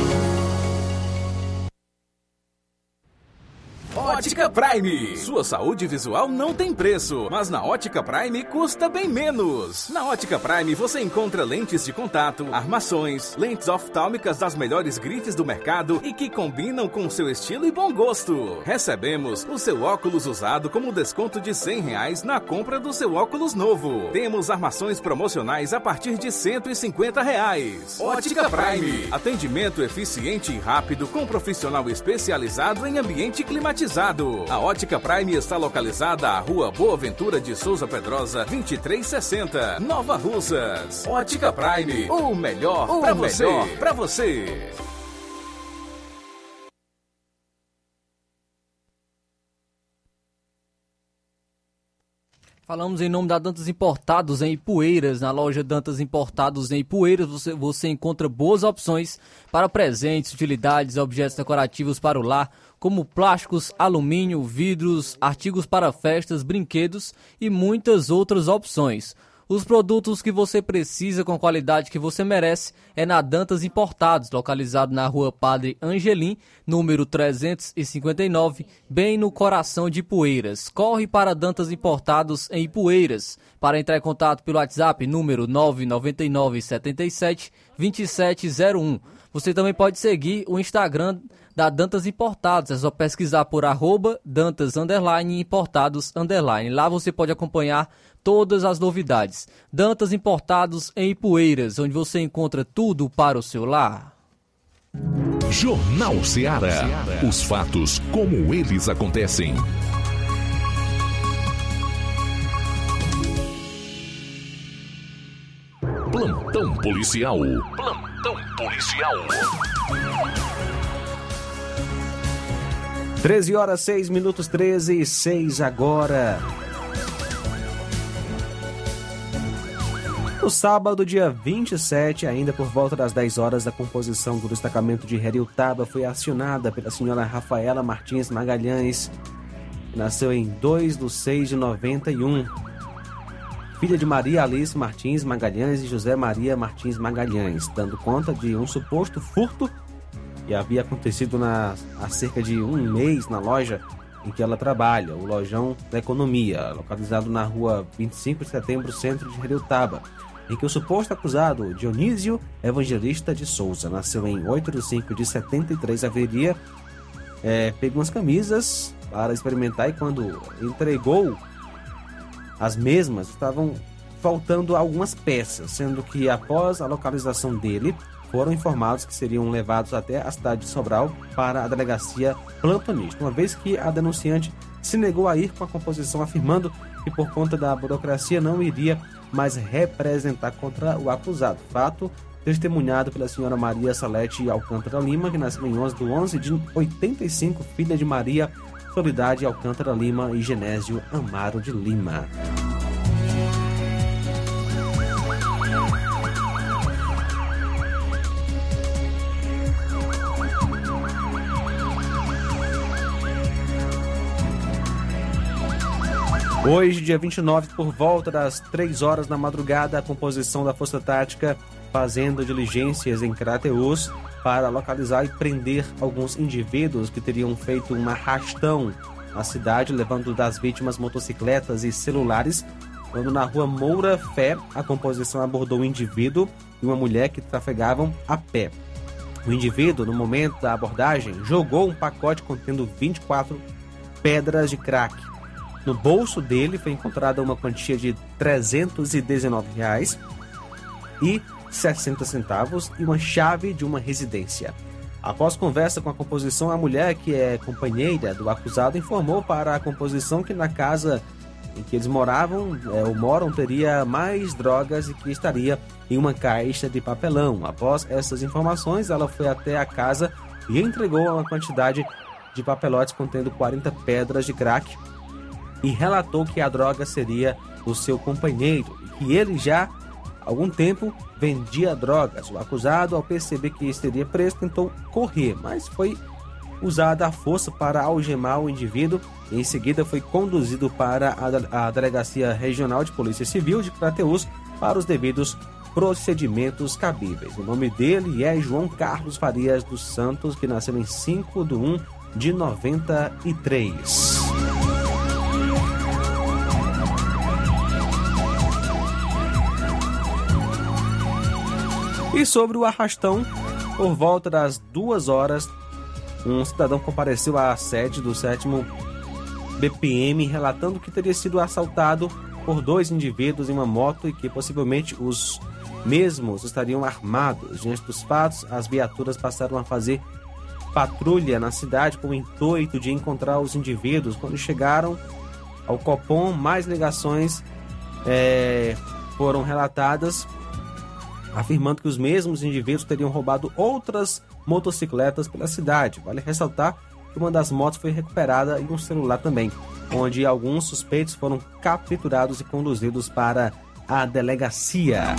L: Ótica Prime. Sua saúde visual não tem preço, mas na Ótica Prime custa bem menos. Na Ótica Prime você encontra lentes de contato, armações, lentes oftálmicas das melhores grifes do mercado e que combinam com seu estilo e bom gosto. Recebemos o seu óculos usado como desconto de cem reais na compra do seu óculos novo. Temos armações promocionais a partir de cento e cinquenta reais. Ótica Prime. Atendimento eficiente e rápido com profissional especializado em ambiente climatizado. A Ótica Prime está localizada à Rua Boa Ventura de Souza Pedrosa, vinte e três sessenta, Nova Russas. Ótica Prime, o melhor para você. Pra você.
C: Falamos em nome da Dantas Importados em Ipueiras. Na loja Dantas Importados em Ipueiras você, você encontra boas opções para presentes, utilidades, objetos decorativos para o lar, como plásticos, alumínio, vidros, artigos para festas, brinquedos e muitas outras opções. Os produtos que você precisa com a qualidade que você merece é na Dantas Importados, localizado na Rua Padre Angelim, número trezentos e cinquenta e nove, bem no coração de Ipueiras. Corre para Dantas Importados em Ipueiras. Para entrar em contato pelo WhatsApp, número nove nove nove sete sete dois sete zero um. Você também pode seguir o Instagram da Dantas Importados, é só pesquisar por arroba Dantas underline Importados underline. Lá você pode acompanhar todas as novidades. Dantas Importados em Ipueiras, onde você encontra tudo para o seu lar.
A: Jornal Ceará. Os fatos como eles acontecem. Plantão policial. Plantão policial.
B: treze horas, seis minutos, treze e seis agora. No sábado, dia vinte e sete, ainda por volta das dez horas, a composição do destacamento de Heriutaba foi acionada pela senhora Rafaela Martins Magalhães, nasceu em dois de seis de noventa e um. Filha de Maria Alice Martins Magalhães e José Maria Martins Magalhães, dando conta de um suposto furto que havia acontecido na, há cerca de um mês na loja em que ela trabalha, o Lojão da Economia, localizado na rua vinte e cinco de setembro, centro de Heriotaba, em que o suposto acusado, Dionísio Evangelista de Souza, nasceu em oito de cinco de setenta e três, haveria é, pego umas camisas para experimentar e quando entregou as mesmas, estavam faltando algumas peças, sendo que após a localização dele, foram informados que seriam levados até a cidade de Sobral para a delegacia plantonista, uma vez que a denunciante se negou a ir com a composição, afirmando que por conta da burocracia não iria mais representar contra o acusado. Fato testemunhado pela senhora Maria Salete Alcântara Lima, que nasceu em onze de onze de oitenta e cinco, filha de Maria Soledade Alcântara Lima e Genésio Amaro de Lima. Hoje, dia vinte e nove, por volta das três horas da madrugada, a composição da Força Tática fazendo diligências em Crateús para localizar e prender alguns indivíduos que teriam feito um arrastão na cidade, levando das vítimas motocicletas e celulares, quando na rua Moura Fé, a composição abordou um indivíduo e uma mulher que trafegavam a pé. O indivíduo, no momento da abordagem, jogou um pacote contendo vinte e quatro pedras de crack. No bolso dele foi encontrada uma quantia de trezentos e dezenove reais e sessenta centavos e uma chave de uma residência. Após conversa com a composição, a mulher, que é companheira do acusado, informou para a composição que na casa em que eles moravam, é, ou moram, teria mais drogas e que estaria em uma caixa de papelão. Após essas informações, ela foi até a casa e entregou uma quantidade de papelotes contendo quarenta pedras de crack e relatou que a droga seria o seu companheiro e que ele já há algum tempo vendia drogas. O acusado, ao perceber que estaria preso, tentou correr, mas foi usada a força para algemar o indivíduo e em seguida foi conduzido para a Delegacia Regional de Polícia Civil de Crateús para os devidos procedimentos cabíveis. O nome dele é João Carlos Farias dos Santos, que nasceu em cinco de um de noventa e três. E sobre o arrastão, por volta das duas horas, um cidadão compareceu à sede do sétimo B P M relatando que teria sido assaltado por dois indivíduos em uma moto e que possivelmente os mesmos estariam armados. Diante dos fatos, as viaturas passaram a fazer patrulha na cidade com o intuito de encontrar os indivíduos. Quando chegaram ao Copom, mais ligações é, foram relatadas, afirmando que os mesmos indivíduos teriam roubado outras motocicletas pela cidade. Vale ressaltar que uma das motos foi recuperada e um celular também, onde alguns suspeitos foram capturados e conduzidos para a delegacia.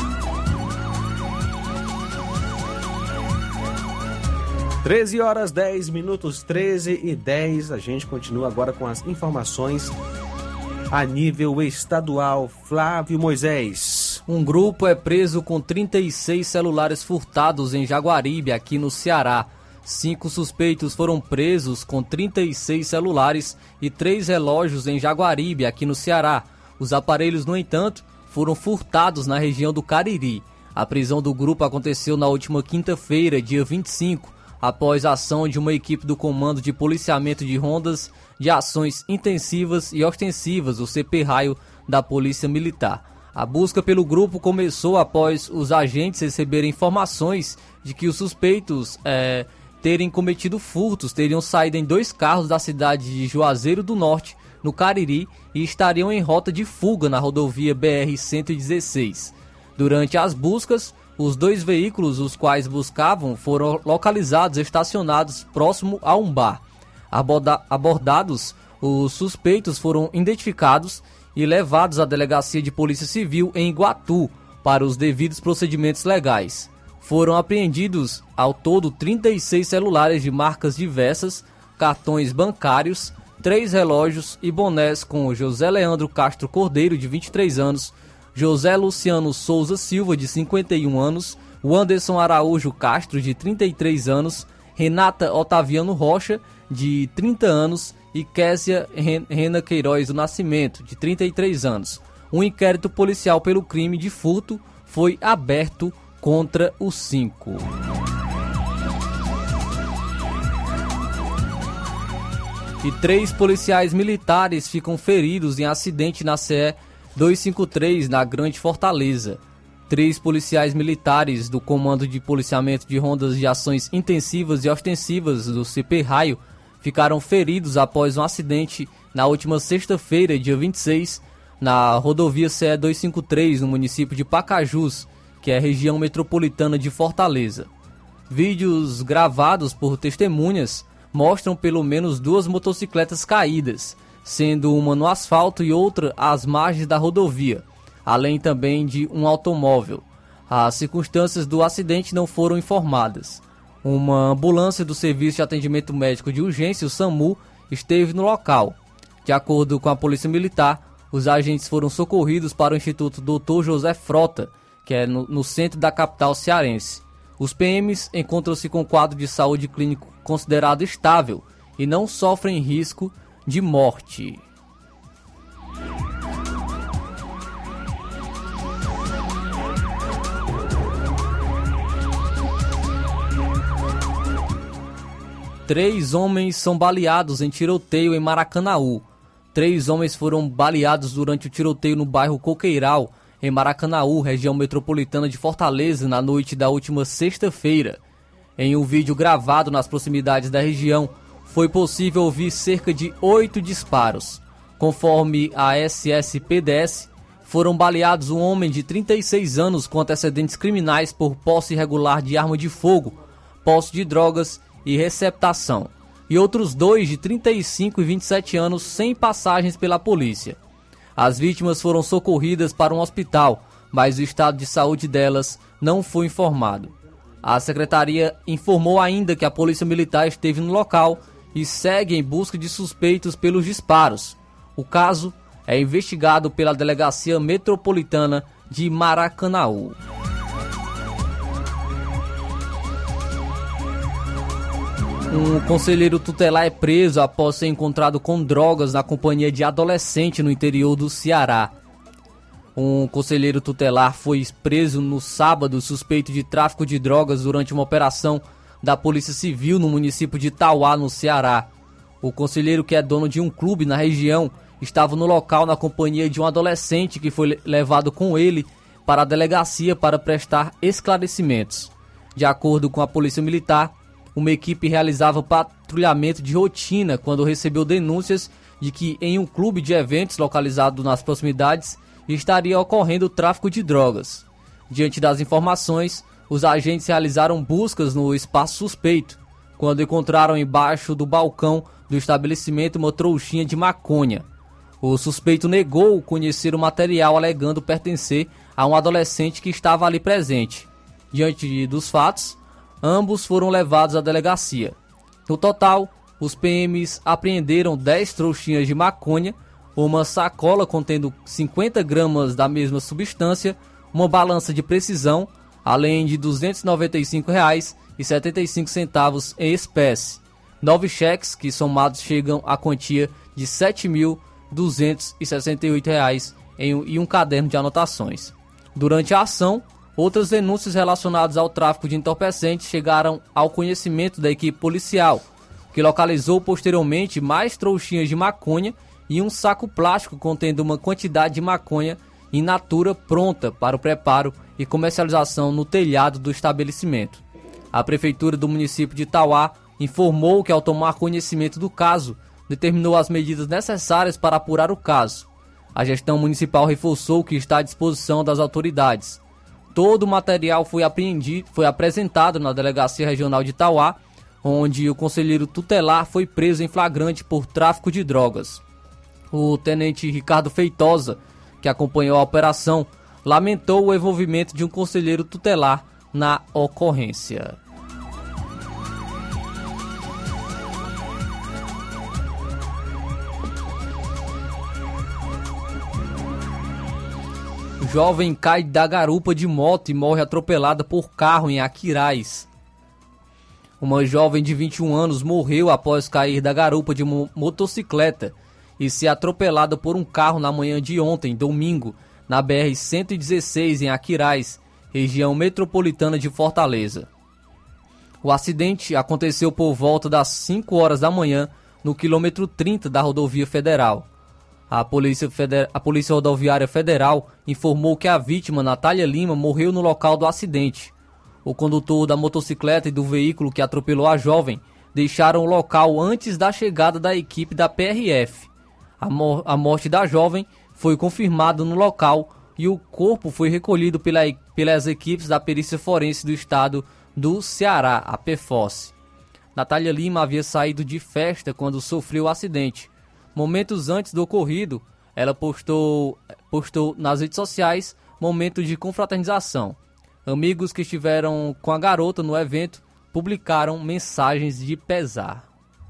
B: treze horas dez minutos, treze e dez. A gente continua agora com as informações a nível estadual. Flávio Moisés.
C: Um grupo é preso com trinta e seis celulares furtados em Jaguaribe, aqui no Ceará. Cinco suspeitos foram presos com trinta e seis celulares e três relógios em Jaguaribe, aqui no Ceará. Os aparelhos, no entanto, foram furtados na região do Cariri. A prisão do grupo aconteceu na última quinta-feira, dia vinte e cinco, após a ação de uma equipe do Comando de Policiamento de Rondas de Ações Intensivas e Ostensivas, o C P Raio, da Polícia Militar. A busca pelo grupo começou após os agentes receberem informações de que os suspeitos é, terem cometido furtos, teriam saído em dois carros da cidade de Juazeiro do Norte, no Cariri, e estariam em rota de fuga na rodovia B R cento e dezesseis. Durante as buscas, os dois veículos os quais buscavam foram localizados estacionados próximo a um bar. Aborda- abordados, os suspeitos foram identificados e levados à Delegacia de Polícia Civil em Iguatu para os devidos procedimentos legais. Foram apreendidos ao todo trinta e seis celulares de marcas diversas, cartões bancários, três relógios e bonés com José Leandro Castro Cordeiro, de vinte e três anos, José Luciano Souza Silva, de cinquenta e um anos, o Anderson Araújo Castro, de trinta e três anos, Renata Otaviano Rocha, de trinta anos, e Késia Rena Queiroz do Nascimento, de trinta e três anos. Um inquérito policial pelo crime de furto foi aberto contra os cinco. E três policiais militares ficam feridos em acidente na C E duzentos e cinquenta e três, na Grande Fortaleza. Três policiais militares do Comando de Policiamento de Rondas de Ações Intensivas e Ostensivas do C P Raio ficaram feridos após um acidente na última sexta-feira, dia vinte e seis, na rodovia C E duzentos e cinquenta e três, no município de Pacajus, que é a região metropolitana de Fortaleza. Vídeos gravados por testemunhas mostram pelo menos duas motocicletas caídas, sendo uma no asfalto e outra às margens da rodovia, além também de um automóvel. As circunstâncias do acidente não foram informadas. Uma ambulância do Serviço de Atendimento Médico de Urgência, o SAMU, esteve no local. De acordo com a Polícia Militar, os agentes foram socorridos para o Instituto doutor José Frota, que é no, no centro da capital cearense. Os P Ms encontram-se com quadro de saúde clínico considerado estável e não sofrem risco de morte. Três homens são baleados em tiroteio em Maracanaú. Três homens foram baleados durante o tiroteio no bairro Coqueiral, em Maracanaú, região metropolitana de Fortaleza, na noite da última sexta-feira. Em um vídeo gravado nas proximidades da região, foi possível ouvir cerca de oito disparos. Conforme a S S P D S, foram baleados um homem de trinta e seis anos com antecedentes criminais por posse irregular de arma de fogo, posse de drogas e receptação, e outros dois de trinta e cinco e vinte e sete anos sem passagens pela polícia. As vítimas foram socorridas para um hospital, mas o estado de saúde delas não foi informado. A secretaria informou ainda que a Polícia Militar esteve no local e segue em busca de suspeitos pelos disparos. O caso é investigado pela Delegacia Metropolitana de Maracanaú. Um conselheiro tutelar é preso após ser encontrado com drogas na companhia de adolescente no interior do Ceará. Um conselheiro tutelar foi preso no sábado suspeito de tráfico de drogas durante uma operação da Polícia Civil no município de Tauá, no Ceará. O conselheiro, que é dono de um clube na região, estava no local na companhia de um adolescente que foi levado com ele para a delegacia para prestar esclarecimentos. De acordo com a Polícia Militar, uma equipe realizava patrulhamento de rotina quando recebeu denúncias de que em um clube de eventos localizado nas proximidades estaria ocorrendo tráfico de drogas. Diante das informações, os agentes realizaram buscas no espaço suspeito, quando encontraram embaixo do balcão do estabelecimento uma trouxinha de maconha. O suspeito negou conhecer o material, alegando pertencer a um adolescente que estava ali presente. Diante dos fatos, ambos foram levados à delegacia. No total, os P Ms apreenderam dez trouxinhas de maconha, uma sacola contendo cinquenta gramas da mesma substância, uma balança de precisão, além de duzentos e noventa e cinco reais e setenta e cinco centavos em espécie. Nove cheques que somados chegam à quantia de sete mil duzentos e sessenta e oito reais em um, e um caderno de anotações. Durante a ação, outras denúncias relacionadas ao tráfico de entorpecentes chegaram ao conhecimento da equipe policial, que localizou posteriormente mais trouxinhas de maconha e um saco plástico contendo uma quantidade de maconha in natura pronta para o preparo e comercialização no telhado do estabelecimento. A Prefeitura do município de Tauá informou que, ao tomar conhecimento do caso, determinou as medidas necessárias para apurar o caso. A gestão municipal reforçou que está à disposição das autoridades. Todo o material foi apreendido, foi apresentado na Delegacia Regional de Tauá, onde o conselheiro tutelar foi preso em flagrante por tráfico de drogas. O tenente Ricardo Feitosa, que acompanhou a operação, lamentou o envolvimento de um conselheiro tutelar na ocorrência. Jovem cai da garupa de moto e morre atropelada por carro em Aquiraz. Uma jovem de vinte e um anos morreu após cair da garupa de mo- motocicleta e ser atropelada por um carro na manhã de ontem, domingo, na B R cento e dezesseis em Aquiraz, região metropolitana de Fortaleza. O acidente aconteceu por volta das cinco horas da manhã, no quilômetro trinta da rodovia federal. A Polícia, Feder... a Polícia Rodoviária Federal informou que a vítima, Natália Lima, morreu no local do acidente. O condutor da motocicleta e do veículo que atropelou a jovem deixaram o local antes da chegada da equipe da P R F. A, mor... a morte da jovem foi confirmada no local e o corpo foi recolhido pela... pelas equipes da Perícia Forense do Estado do Ceará, a PEFOS. Natália Lima havia saído de festa quando sofreu o acidente. Momentos antes do ocorrido, ela postou, postou nas redes sociais momentos de confraternização. Amigos que estiveram com a garota no evento publicaram mensagens de pesar.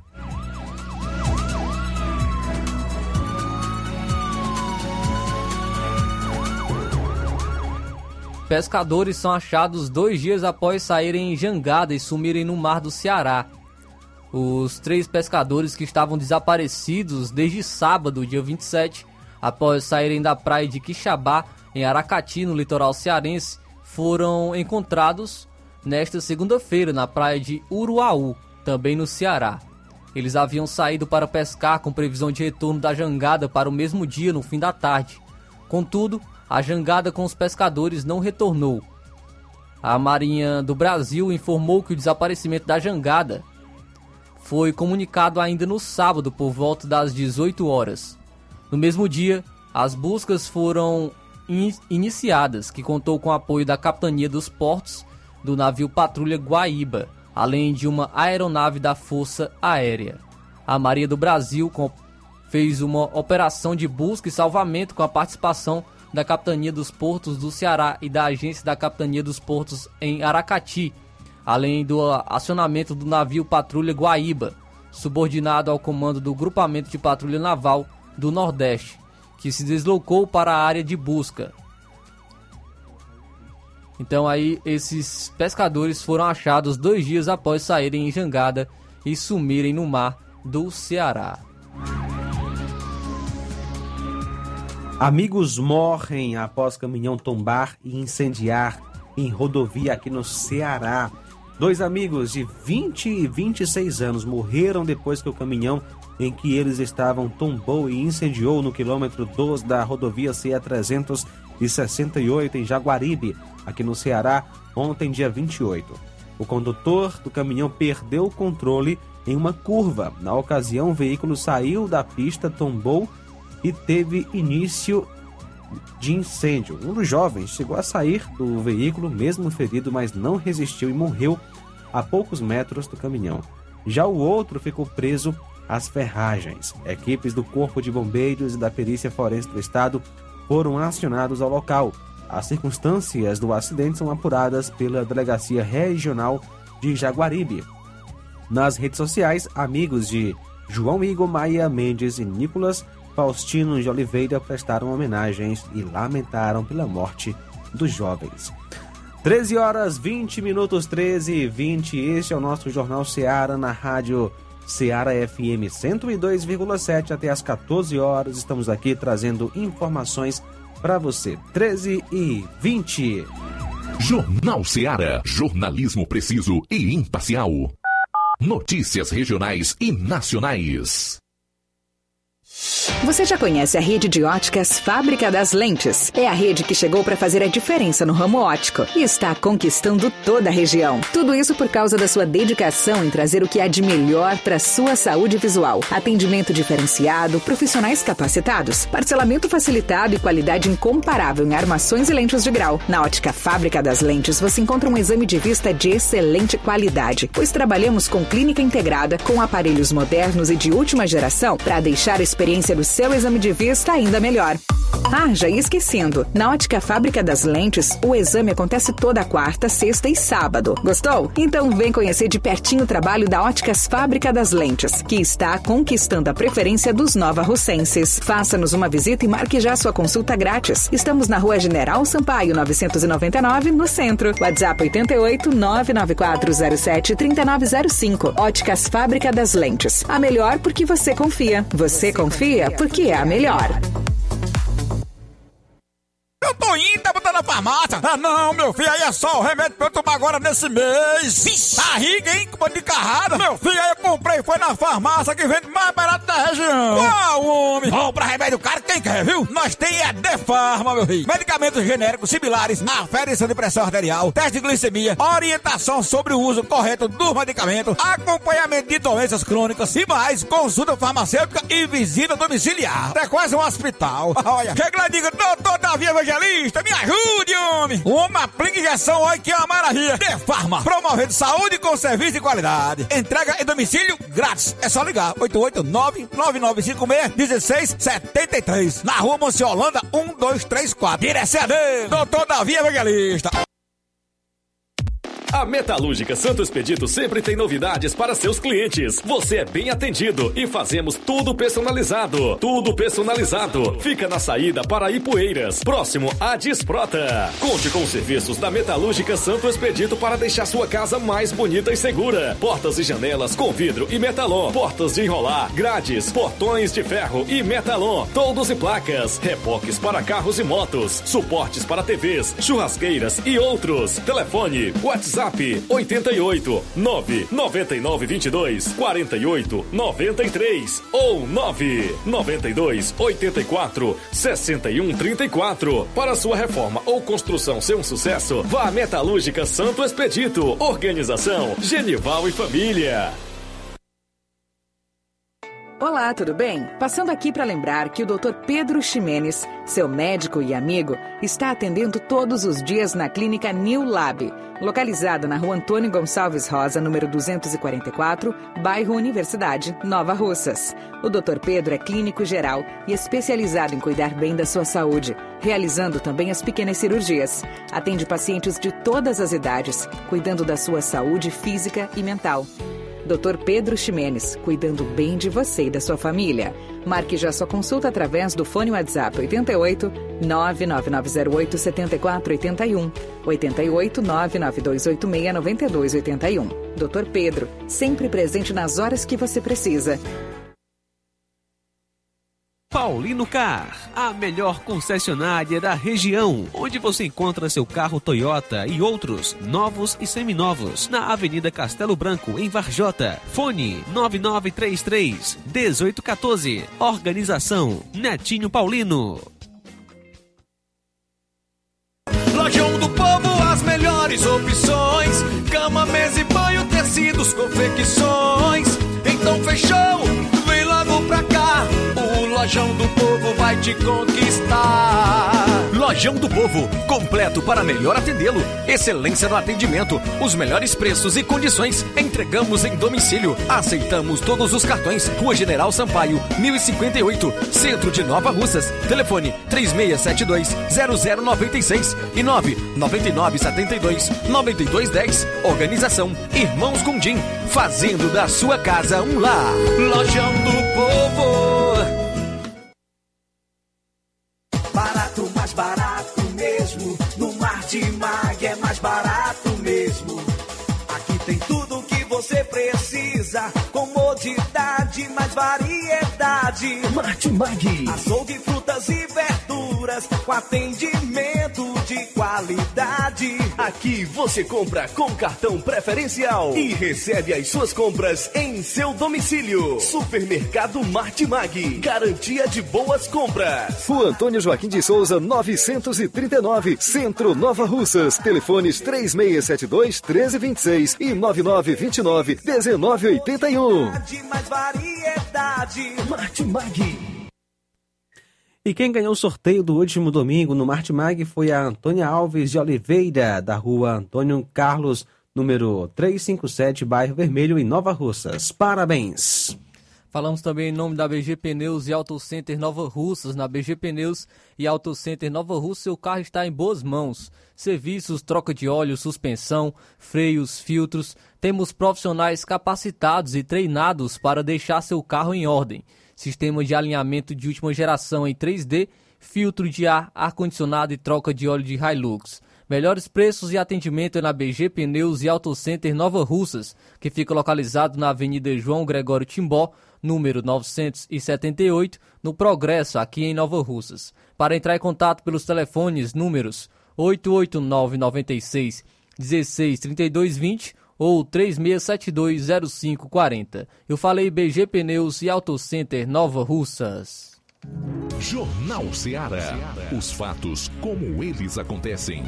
C: Pescadores são achados dois dias após saírem em jangada e sumirem no mar do Ceará. Os três pescadores que estavam desaparecidos desde sábado, dia vinte e sete, após saírem da praia de Quixabá, em Aracati, no litoral cearense, foram encontrados nesta segunda-feira na praia de Uruaú, também no Ceará. Eles haviam saído para pescar com previsão de retorno da jangada para o mesmo dia, no fim da tarde. Contudo, a jangada com os pescadores não retornou. A Marinha do Brasil informou que o desaparecimento da jangada foi comunicado ainda no sábado por volta das dezoito horas. No mesmo dia, as buscas foram in- iniciadas, que contou com o apoio da Capitania dos Portos do navio Patrulha Guaíba, além de uma aeronave da Força Aérea. A Marinha do Brasil fez uma operação de busca e salvamento com a participação da Capitania dos Portos do Ceará e da Agência da Capitania dos Portos em Aracati, além do acionamento do navio Patrulha Guaíba, subordinado ao comando do Grupamento de Patrulha Naval do Nordeste, que se deslocou para a área de busca. Então aí esses pescadores foram achados dois dias após saírem em jangada e sumirem no mar do Ceará.
B: Amigos morrem após caminhão tombar e incendiar em rodovia aqui no Ceará. Dois amigos de vinte e vinte e seis anos morreram depois que o caminhão em que eles estavam tombou e incendiou no quilômetro doze da rodovia C E trezentos e sessenta e oito em Jaguaribe, aqui no Ceará, ontem, dia vinte e oito. O condutor do caminhão perdeu o controle em uma curva. Na ocasião, o veículo saiu da pista, tombou e teve início de incêndio. Um dos jovens chegou a sair do veículo, mesmo ferido, mas não resistiu e morreu a poucos metros do caminhão. Já o outro ficou preso às ferragens. Equipes do Corpo de Bombeiros e da Perícia Forense do Estado foram acionados ao local. As circunstâncias do acidente são apuradas pela Delegacia Regional de Jaguaribe. Nas redes sociais, amigos de João Igor Maia Mendes e Nicolas Faustino de Oliveira prestaram homenagens e lamentaram pela morte dos jovens. treze horas, vinte minutos, treze e vinte. Este é o nosso Jornal Seara na rádio Seara F M cento e dois vírgula sete. Até às quatorze horas estamos aqui trazendo informações para você. treze e vinte.
A: Jornal Seara. Jornalismo preciso e imparcial. Notícias regionais e nacionais.
N: Você já conhece a rede de óticas Fábrica das Lentes? É a rede que chegou para fazer a diferença no ramo óptico e está conquistando toda a região. Tudo isso por causa da sua dedicação em trazer o que há de melhor para a sua saúde visual. Atendimento diferenciado, profissionais capacitados, parcelamento facilitado e qualidade incomparável em armações e lentes de grau. Na ótica Fábrica das Lentes você encontra um exame de vista de excelente qualidade, pois trabalhamos com clínica integrada, com aparelhos modernos e de última geração para deixar a experiência do seu exame de vista ainda melhor. Ah, já ia esquecendo. Na Ótica Fábrica das Lentes, o exame acontece toda quarta, sexta e sábado. Gostou? Então vem conhecer de pertinho o trabalho da Óticas Fábrica das Lentes, que está conquistando a preferência dos nova-russenses. Faça-nos uma visita e marque já sua consulta grátis. Estamos na Rua General Sampaio, novecentos e noventa e nove, no centro. WhatsApp oito oito, nove nove quatro zero sete, três nove zero cinco. Óticas Fábrica das Lentes. A melhor porque você confia. Você confia porque é a melhor.
O: Eu tô indo, tá botando na farmácia. Ah, não, meu filho, aí é só o remédio pra eu tomar agora nesse mês. Vixe, barriga, hein, com de carrada. Meu filho, aí eu comprei, foi na farmácia que vende mais barato da região. Qual, homem? Bom, pra remédio caro, quem quer, viu? Nós tem a Defarma, meu filho. Medicamentos genéricos similares, aferição de pressão arterial, teste de glicemia, orientação sobre o uso correto dos medicamentos, acompanhamento de doenças crônicas e mais, consulta farmacêutica e visita domiciliar. É quase um hospital. Olha, chega lá e diga, doutor Davi Evangelista, me ajude, homem! Uma aplica injeção, olha que é uma maravilha! Defarma, promovendo saúde com serviço de qualidade. Entrega em domicílio grátis. É só ligar, oito oito nove, nove nove cinco seis, um seis sete três. Na rua Monsiolanda, um dois três quatro. Direção dele, doutor Davi Evangelista.
G: A Metalúrgica Santo Expedito sempre tem novidades para seus clientes. Você é bem atendido e fazemos tudo personalizado. Tudo personalizado. Fica na saída para Ipueiras, próximo à Desprota. Conte com os serviços da Metalúrgica Santo Expedito para deixar sua casa mais bonita e segura. Portas e janelas com vidro e metalon. Portas de enrolar, grades, portões de ferro e metalon. Toldos e placas. Reboques para carros e motos. Suportes para T Vs, churrasqueiras e outros. Telefone, WhatsApp. WhatsApp oito oito nove nove nove dois dois quatro oito nove três ou nove nove dois oito quatro seis um três quatro. Para sua reforma ou construção ser um sucesso, vá à Metalúrgica Santo Expedito. Organização Genival e Família.
N: Olá, tudo bem? Passando aqui para lembrar que o doutor Pedro Ximenes, seu médico e amigo, está atendendo todos os dias na clínica New Lab, localizada na rua Antônio Gonçalves Rosa, número duzentos e quarenta e quatro, bairro Universidade, Nova Russas. O doutor Pedro é clínico geral e especializado em cuidar bem da sua saúde, realizando também as pequenas cirurgias. Atende pacientes de todas as idades, cuidando da sua saúde física e mental. doutor Pedro Ximenes, cuidando bem de você e da sua família. Marque já sua consulta através do fone WhatsApp oito oito nove nove nove zero oito sete quatro oito um, oito oito nove nove dois oito seis nove dois oito um. doutor Pedro, sempre presente nas horas que você precisa.
B: Paulino Car, a melhor concessionária da região, onde você encontra seu carro Toyota e outros novos e seminovos, na Avenida Castelo Branco, em Varjota. Fone nove nove três três um oito um quatro. Organização Netinho Paulino.
D: Lojão do Povo, as melhores opções: cama, mesa e banho, tecidos, confecções. Então fechou, vem logo pra cá. O Lojão do Povo vai te conquistar.
J: Lojão do Povo, completo para melhor atendê-lo. Excelência no atendimento, os melhores preços e condições. Entregamos em domicílio. Aceitamos todos os cartões. Rua General Sampaio, mil e cinquenta e oito, Centro de Nova Russas. Telefone três seis sete dois zero zero nove seis e nove nove nove sete dois nove dois um zero. Organização Irmãos Gundim, fazendo da sua casa um lar.
D: Lojão do Povo.
P: Barato, mais barato mesmo. No Martimag é mais barato mesmo. Aqui tem tudo o que você precisa. Comodidade, mais variedade.
F: Martimag.
P: Açougue, frutas e verduras com atendimento de qualidade.
E: Aqui você compra com cartão preferencial e recebe as suas compras em seu domicílio. Supermercado Martimag, garantia de boas compras.
F: Rua Antônio Joaquim de Souza, novecentos e trinta e nove, Centro, Nova Russas. Telefones três seis sete dois, um três dois seis e nove nove dois nove, um nove oito um.
P: Mais variedade.
F: Martimag.
B: E quem ganhou o sorteio do último domingo no Martimag foi a Antônia Alves de Oliveira, da rua Antônio Carlos, número trezentos e cinquenta e sete, bairro Vermelho, em Nova Russas. Parabéns!
C: Falamos também em nome da B G Pneus e Auto Center Nova Russas. Na B G Pneus e Auto Center Nova Russas, seu carro está em boas mãos. Serviços, troca de óleo, suspensão, freios, filtros. Temos profissionais capacitados e treinados para deixar seu carro em ordem. Sistema de alinhamento de última geração em três D, filtro de ar, ar-condicionado e troca de óleo de Hilux. Melhores preços e atendimento é na B G Pneus e Auto Center Nova Russas, que fica localizado na Avenida João Gregório Timbó, número novecentos e setenta e oito, no Progresso, aqui em Nova Russas. Para entrar em contato pelos telefones números oito oito nove, nove seis, um seis, três dois dois zero ou três seis sete dois, zero cinco quatro zero. Eu falei B G Pneus e Auto Center Nova Russas.
A: Jornal Ceará. Os fatos como eles acontecem.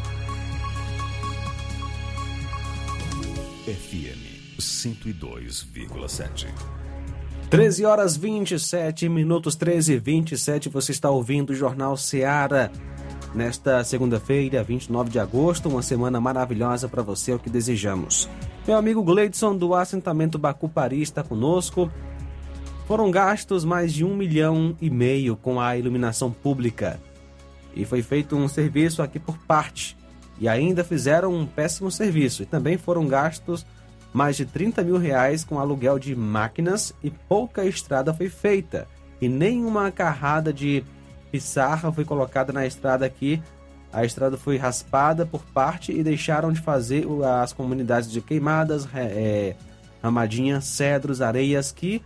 A: F M cento e dois vírgula sete.
B: treze horas e vinte e sete minutos, treze e vinte e sete, você está ouvindo o Jornal Ceará. Nesta segunda-feira, vinte e nove de agosto, uma semana maravilhosa para você, é o que desejamos. Meu amigo Gleidson do assentamento Bacupari está conosco. Foram gastos mais de um milhão e meio com a iluminação pública. E foi feito um serviço aqui por parte. E ainda fizeram um péssimo serviço. E também foram gastos mais de trinta mil reais com aluguel de máquinas e pouca estrada foi feita. E nenhuma carrada de pissarra foi colocada na estrada aqui. A estrada foi raspada por parte e deixaram de fazer as comunidades de Queimadas, é, Ramadinha, Cedros, Areias, que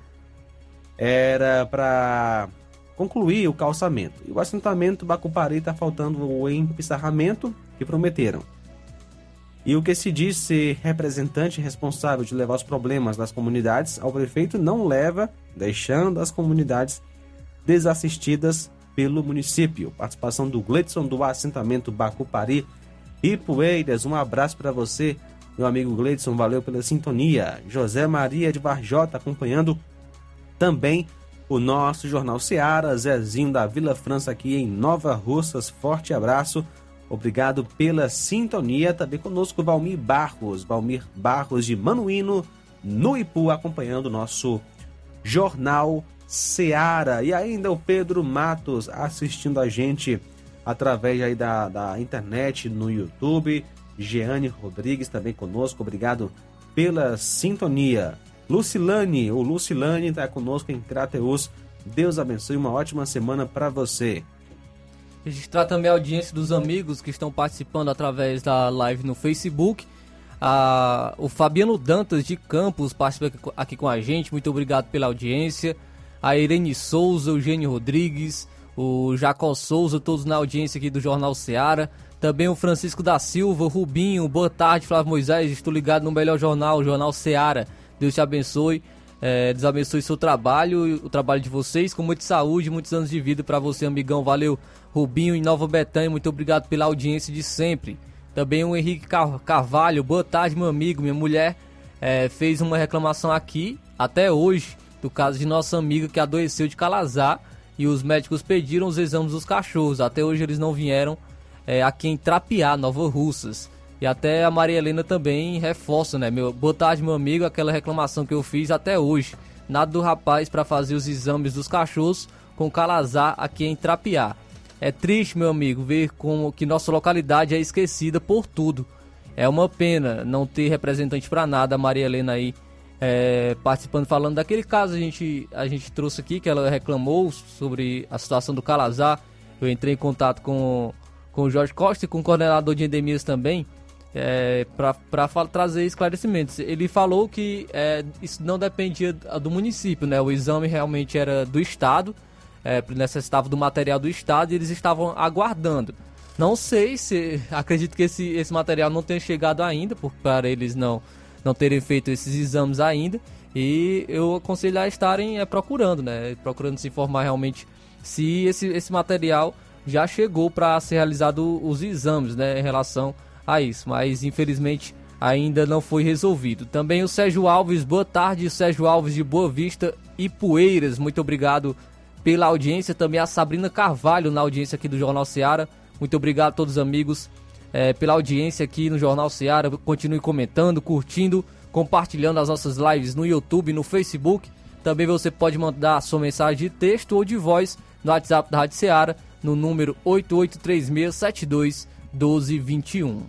B: era para concluir o calçamento. E o assentamento Bacupari está faltando o empissarramento que prometeram. E o que se diz ser representante responsável de levar os problemas das comunidades ao prefeito não leva, deixando as comunidades desassistidas pelo município. Participação do Gleidson do assentamento Bacupari e Poeiras. Um abraço para você, meu amigo Gleidson, valeu pela sintonia. José Maria de Varjota acompanhando também o nosso Jornal Ceará. Zezinho da Vila França aqui em Nova Russas, forte abraço, obrigado pela sintonia. Também conosco Valmir Barros, Valmir Barros de Manuíno, no Ipu, acompanhando o nosso Jornal Ceará. E ainda o Pedro Matos assistindo a gente através aí da, da internet, no YouTube. Jeane Rodrigues também conosco, obrigado pela sintonia. Lucilane, ou Lucilane está conosco em Crateús. Deus abençoe, uma ótima semana para você.
C: Registrar também a audiência dos amigos que estão participando através da live no Facebook. Ah, o Fabiano Dantas de Campos participa aqui com a gente, muito obrigado pela audiência. A Irene Souza, Eugênio Rodrigues, o Jacó Souza, todos na audiência aqui do Jornal Ceará. Também o Francisco da Silva, o Rubinho, boa tarde, Flávio Moisés, estou ligado no melhor jornal, o Jornal Ceará. Deus te abençoe, é, Deus abençoe seu trabalho, o trabalho de vocês, com muita saúde, muitos anos de vida para você, amigão. Valeu, Rubinho, em Nova Betânia, muito obrigado pela audiência de sempre. Também o Henrique Carvalho, boa tarde, meu amigo. Minha mulher é, fez uma reclamação aqui, até hoje, do caso de nossa amiga que adoeceu de calazar e os médicos pediram os exames dos cachorros. Até hoje eles não vieram é, aqui em Trapiá, Nova Russas. E até a Maria Helena também reforça, né? Meu, boa tarde, meu amigo, aquela reclamação que eu fiz até hoje. Nada do rapaz para fazer os exames dos cachorros com calazar aqui em Trapiá. É triste, meu amigo, ver como que nossa localidade é esquecida por tudo. É uma pena não ter representante para nada. A Maria Helena aí é, participando, falando daquele caso a gente, a gente trouxe aqui, que ela reclamou sobre a situação do calazar. Eu entrei em contato com, com o Jorge Costa e com o coordenador de endemias também. É, para trazer esclarecimentos. Ele falou que é, isso não dependia do município, né? O exame realmente era do estado, é, necessitava do material do estado e eles estavam aguardando. Não sei se, acredito que esse, esse material não tenha chegado ainda, por, para eles não, não terem feito esses exames ainda, e eu aconselho a estarem é, procurando, né? Procurando se informar realmente se esse, esse material já chegou para ser realizado os exames, né? Em relação a isso, mas infelizmente ainda não foi resolvido. Também o Sérgio Alves, boa tarde, Sérgio Alves de Boa Vista e Poeiras, muito obrigado pela audiência. Também a Sabrina Carvalho na audiência aqui do Jornal Ceará, muito obrigado a todos os amigos é, pela audiência aqui no Jornal Ceará. Continue comentando, curtindo, compartilhando as nossas lives no YouTube, no Facebook. Também você pode mandar a sua mensagem de texto ou de voz no WhatsApp da Rádio Ceará, no número oito oito três seis sete dois um dois dois um.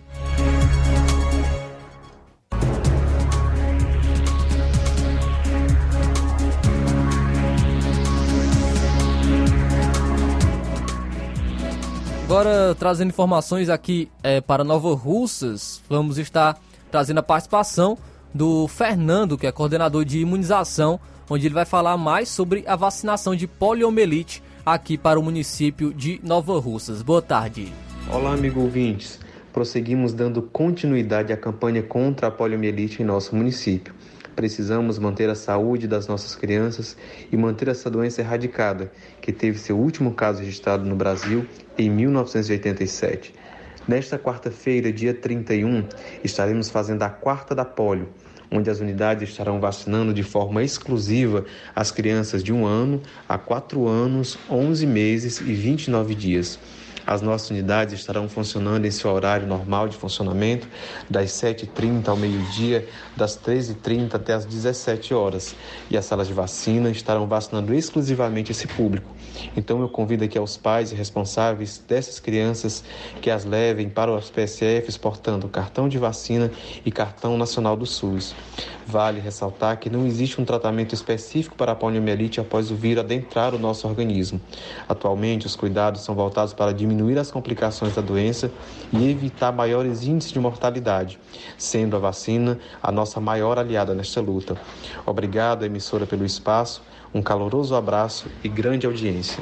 C: Agora, trazendo informações aqui é, para Nova Russas, vamos estar trazendo a participação do Fernando, que é coordenador de imunização, onde ele vai falar mais sobre a vacinação de poliomielite aqui para o município de Nova Russas. Boa tarde.
Q: Olá, amigo ouvintes. Prosseguimos dando continuidade à campanha contra a poliomielite em nosso município. Precisamos manter a saúde das nossas crianças e manter essa doença erradicada, que teve seu último caso registrado no Brasil em mil novecentos e oitenta e sete. Nesta quarta-feira, dia trinta e um, estaremos fazendo a quarta da polio, onde as unidades estarão vacinando de forma exclusiva as crianças de um ano a quatro anos, onze meses e vinte e nove dias. As nossas unidades estarão funcionando em seu horário normal de funcionamento, das sete e trinta ao meio-dia, das treze e trinta até as dezessete horas. E as salas de vacina estarão vacinando exclusivamente esse público. Então eu convido aqui aos pais e responsáveis dessas crianças que as levem para os P S Fs portando cartão de vacina e cartão nacional do SUS. Vale ressaltar que não existe um tratamento específico para a poliomielite após o vírus adentrar o nosso organismo. Atualmente, os cuidados são voltados para diminuir as complicações da doença e evitar maiores índices de mortalidade, sendo a vacina a nossa maior aliada nesta luta. Obrigado, emissora, pelo espaço, um caloroso abraço e grande audiência.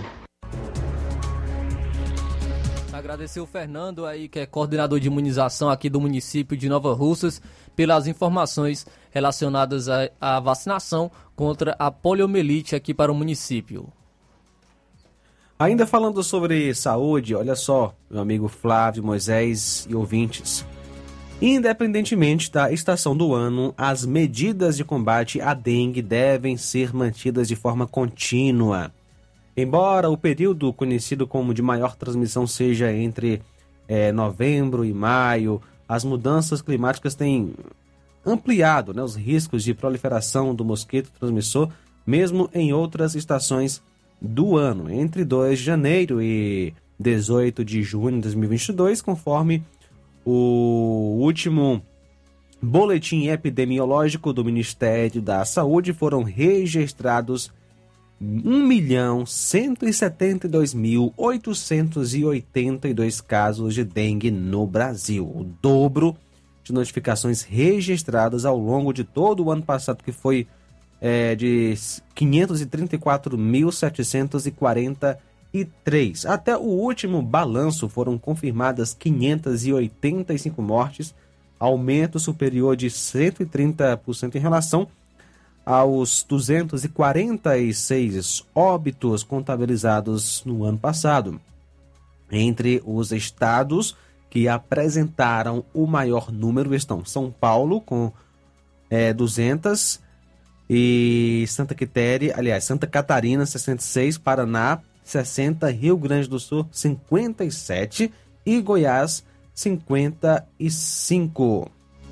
C: Agradecer o Fernando aí, que é coordenador de imunização aqui do município de Nova Russas, pelas informações relacionadas à, à vacinação contra a poliomielite aqui para o município.
B: Ainda falando sobre saúde, olha só, meu amigo Flávio, Moisés e ouvintes. Independentemente da estação do ano, as medidas de combate à dengue devem ser mantidas de forma contínua. Embora o período conhecido como de maior transmissão seja entre é, novembro e maio, as mudanças climáticas têm ampliado, né, os riscos de proliferação do mosquito transmissor, mesmo em outras estações do ano, entre dois de janeiro e dezoito de junho de dois mil e vinte e dois, conforme o último boletim epidemiológico do Ministério da Saúde, foram registrados um milhão cento e setenta e dois mil oitocentos e oitenta e dois casos de dengue no Brasil, o dobro de notificações registradas ao longo de todo o ano passado, que foi é, de quinhentos e trinta e quatro mil setecentos e quarenta e três. Até o último balanço foram confirmadas quinhentas e oitenta e cinco mortes, aumento superior de cento e trinta por cento em relação aos duzentos e quarenta e seis óbitos contabilizados no ano passado. Entre os estados que apresentaram o maior número estão São Paulo, com é, duzentas, e Santa Quitéria, aliás, Santa Catarina, sessenta e seis, Paraná, sessenta, Rio Grande do Sul, cinquenta e sete e Goiás, cinquenta e cinco.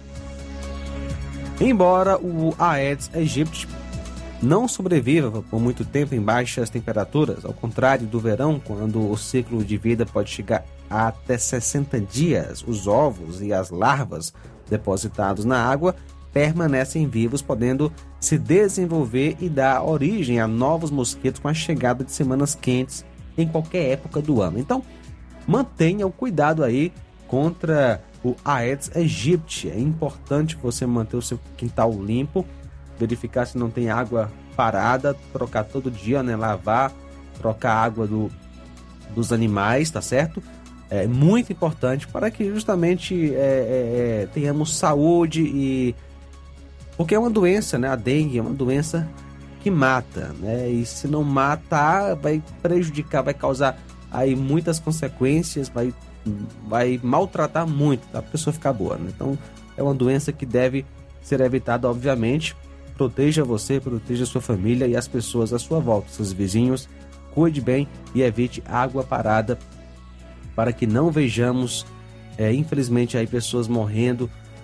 B: Embora o Aedes aegypti não sobreviva por muito tempo em baixas temperaturas, ao contrário do verão, quando o ciclo de vida pode chegar a até sessenta dias, os ovos e as larvas depositados na água permanecem vivos, podendo se desenvolver e dar origem a novos mosquitos com a chegada de semanas quentes em qualquer época do ano. Então, mantenha o cuidado aí contra o Aedes aegypti. É importante você manter o seu quintal limpo, verificar se não tem água parada, trocar todo dia, né? Lavar, trocar a água do, dos animais, tá certo? É muito importante para que justamente é, é, é, tenhamos saúde e... Porque é uma doença, né? A dengue é uma doença que mata, né? E se não matar, vai prejudicar, vai causar aí muitas consequências, vai, vai maltratar muito, tá? A pessoa ficar boa, né? Então, é uma doença que deve ser evitada, obviamente. Proteja você, proteja sua família e as pessoas à sua volta, seus vizinhos. Cuide bem e evite água parada para que não vejamos, é, infelizmente, aí pessoas morrendo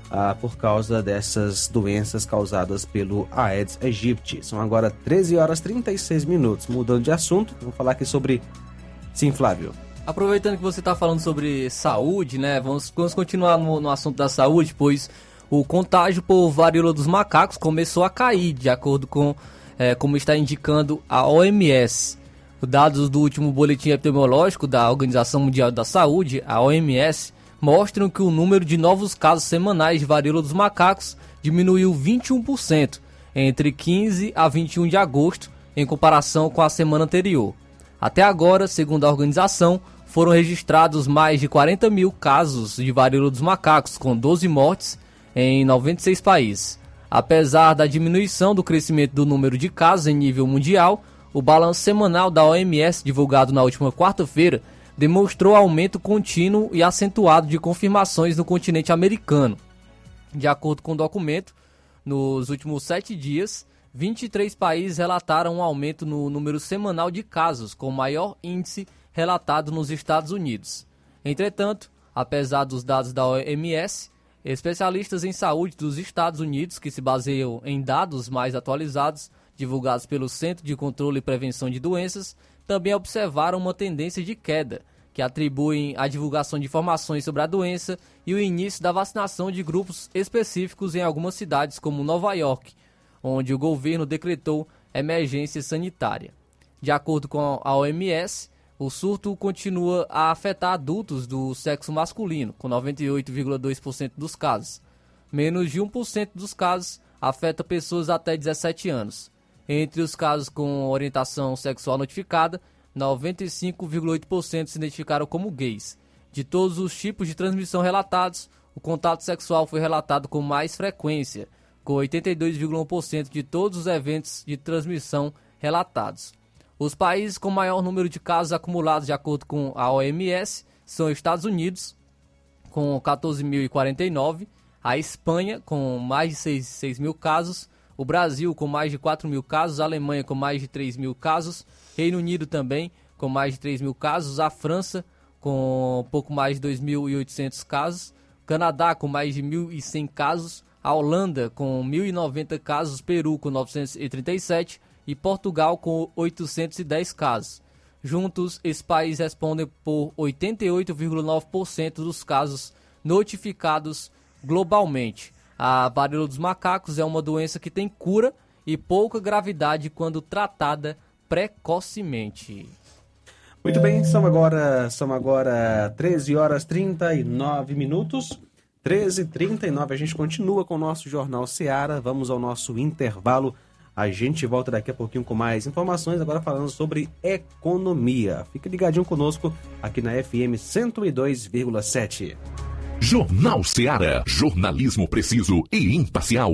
B: ah, por causa dessas doenças causadas pelo Aedes aegypti. São agora treze horas e trinta e seis minutos. Mudando de assunto, vamos falar aqui sobre... Sim, Flávio.
C: Aproveitando que você está falando sobre saúde, né? Vamos, vamos continuar no, no assunto da saúde, pois o contágio por varíola dos macacos começou a cair, de acordo com é, como está indicando a O M S. Os dados do último boletim epidemiológico da Organização Mundial da Saúde, a O M S, mostram que o número de novos casos semanais de varíola dos macacos diminuiu vinte e um por cento entre quinze a vinte e um de agosto, em comparação com a semana anterior. Até agora, segundo a organização, foram registrados mais de quarenta mil casos de varíola dos macacos, com doze mortes em noventa e seis países. Apesar da diminuição do crescimento do número de casos em nível mundial, o balanço semanal da O M S, divulgado na última quarta-feira, demonstrou aumento contínuo e acentuado de confirmações no continente americano. De acordo com o documento, nos últimos sete dias, vinte e três países relataram um aumento no número semanal de casos, com maior índice relatado nos Estados Unidos. Entretanto, apesar dos dados da O M S, especialistas em saúde dos Estados Unidos, que se baseiam em dados mais atualizados, divulgados pelo Centro de Controle e Prevenção de Doenças, também observaram uma tendência de queda, que atribuem a divulgação de informações sobre a doença e o início da vacinação de grupos específicos em algumas cidades, como Nova York, onde o governo decretou emergência sanitária. De acordo com a O M S, o surto continua a afetar adultos do sexo masculino, com noventa e oito vírgula dois por cento dos casos. Menos de um por cento dos casos afeta pessoas até dezessete anos. Entre os casos com orientação sexual notificada, noventa e cinco vírgula oito por cento se identificaram como gays. De todos os tipos de transmissão relatados, o contato sexual foi relatado com mais frequência, com oitenta e dois vírgula um por cento de todos os eventos de transmissão relatados. Os países com maior número de casos acumulados, de acordo com a O M S, são Estados Unidos, com quatorze mil e quarenta e nove, a Espanha, com mais de seis mil casos, o Brasil, com mais de quatro mil casos, a Alemanha, com mais de três mil casos, Reino Unido também, com mais de três mil casos, a França, com um pouco mais de dois mil e oitocentos casos, Canadá, com mais de mil e cem casos, a Holanda, com mil e noventa casos, Peru, com novecentos e trinta e sete e Portugal, com oitocentos e dez casos. Juntos, esses países respondem por oitenta e oito vírgula nove por cento dos casos notificados globalmente. A varíola dos macacos é uma doença que tem cura e pouca gravidade quando tratada precocemente.
B: Muito bem, são agora, são agora treze horas e trinta e nove minutos. treze e trinta e nove, a gente continua com o nosso Jornal Seara. Vamos ao nosso intervalo. A gente volta daqui a pouquinho com mais informações, agora falando sobre economia. Fique ligadinho conosco aqui na F M cento e dois vírgula sete.
A: Jornal Seara. Jornalismo preciso e imparcial.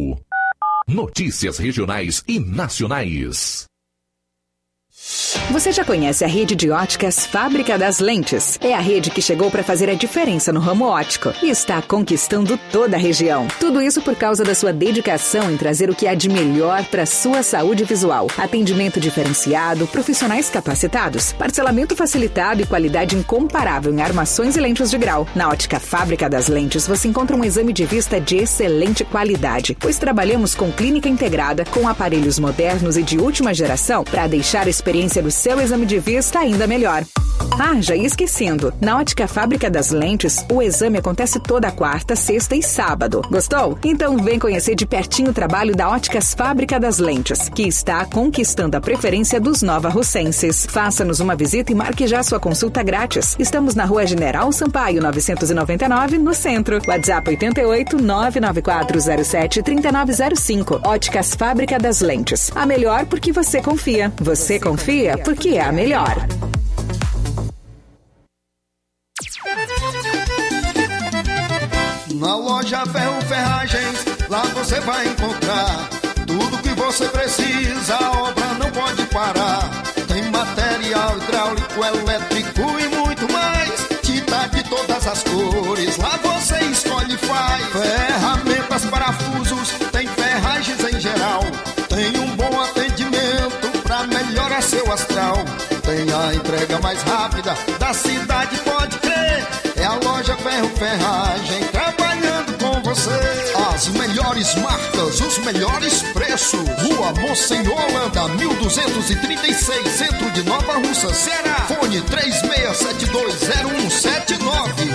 A: Notícias regionais e nacionais.
N: Você já conhece a rede de óticas Fábrica das Lentes? É a rede que chegou para fazer a diferença no ramo óptico e está conquistando toda a região. Tudo isso por causa da sua dedicação em trazer o que há de melhor para sua saúde visual. Atendimento diferenciado, profissionais capacitados, parcelamento facilitado e qualidade incomparável em armações e lentes de grau. Na ótica Fábrica das Lentes você encontra um exame de vista de excelente qualidade, pois trabalhamos com clínica integrada, com aparelhos modernos e de última geração para deixar a experiência do seu exame de vista ainda melhor. Ah, já ia esquecendo. Na ótica Fábrica das Lentes, o exame acontece toda quarta, sexta e sábado. Gostou? Então vem conhecer de pertinho o trabalho da Óticas Fábrica das Lentes, que está conquistando a preferência dos nova-russenses. Faça-nos uma visita e marque já sua consulta grátis. Estamos na Rua General Sampaio, novecentos e noventa e nove, no centro. WhatsApp oito oito, nove nove quatro zero sete, três nove zero cinco. Óticas Fábrica das Lentes. A melhor porque você confia. Você confia porque é a melhor.
K: Na loja Ferro Ferragens, lá você vai encontrar tudo que você precisa, a obra não pode parar. Tem material hidráulico, elétrico e muito mais. Tinta de todas as cores, lá você escolhe e faz. Ferramentas, parafusos, tem ferragens em geral. Tem um bom atendimento pra melhorar seu astral. Tem a entrega mais rápida da cidade, pode crer. É a loja Ferro Ferragem trabalhando com você. As melhores marcas, os melhores preços. Rua Monsenhor Holanda, mil duzentos e trinta e seis, centro de Nova Russa, Ceará. Fone três seis sete dois zero um sete nove.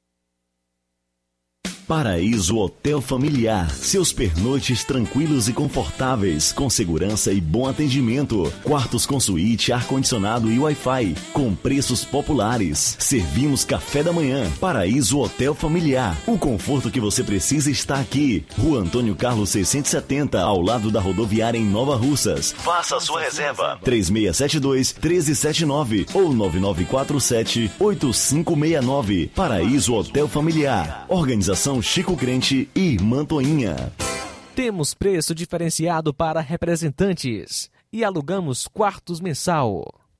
H: Paraíso Hotel Familiar. Seus pernoites tranquilos e confortáveis, com segurança e bom atendimento. Quartos com suíte, ar-condicionado e Wi-Fi, com preços populares. Servimos café da manhã. Paraíso Hotel Familiar. O conforto que você precisa está aqui. Rua Antônio Carlos seiscentos e setenta, ao lado da rodoviária em Nova Russas. Faça a sua reserva. três seis sete dois, um três sete nove ou nove nove quatro sete, oito cinco seis nove. Paraíso Hotel Familiar. Organização Chico Crente e Irmã Toinha.
R: Temos preço diferenciado para representantes e alugamos quartos mensal.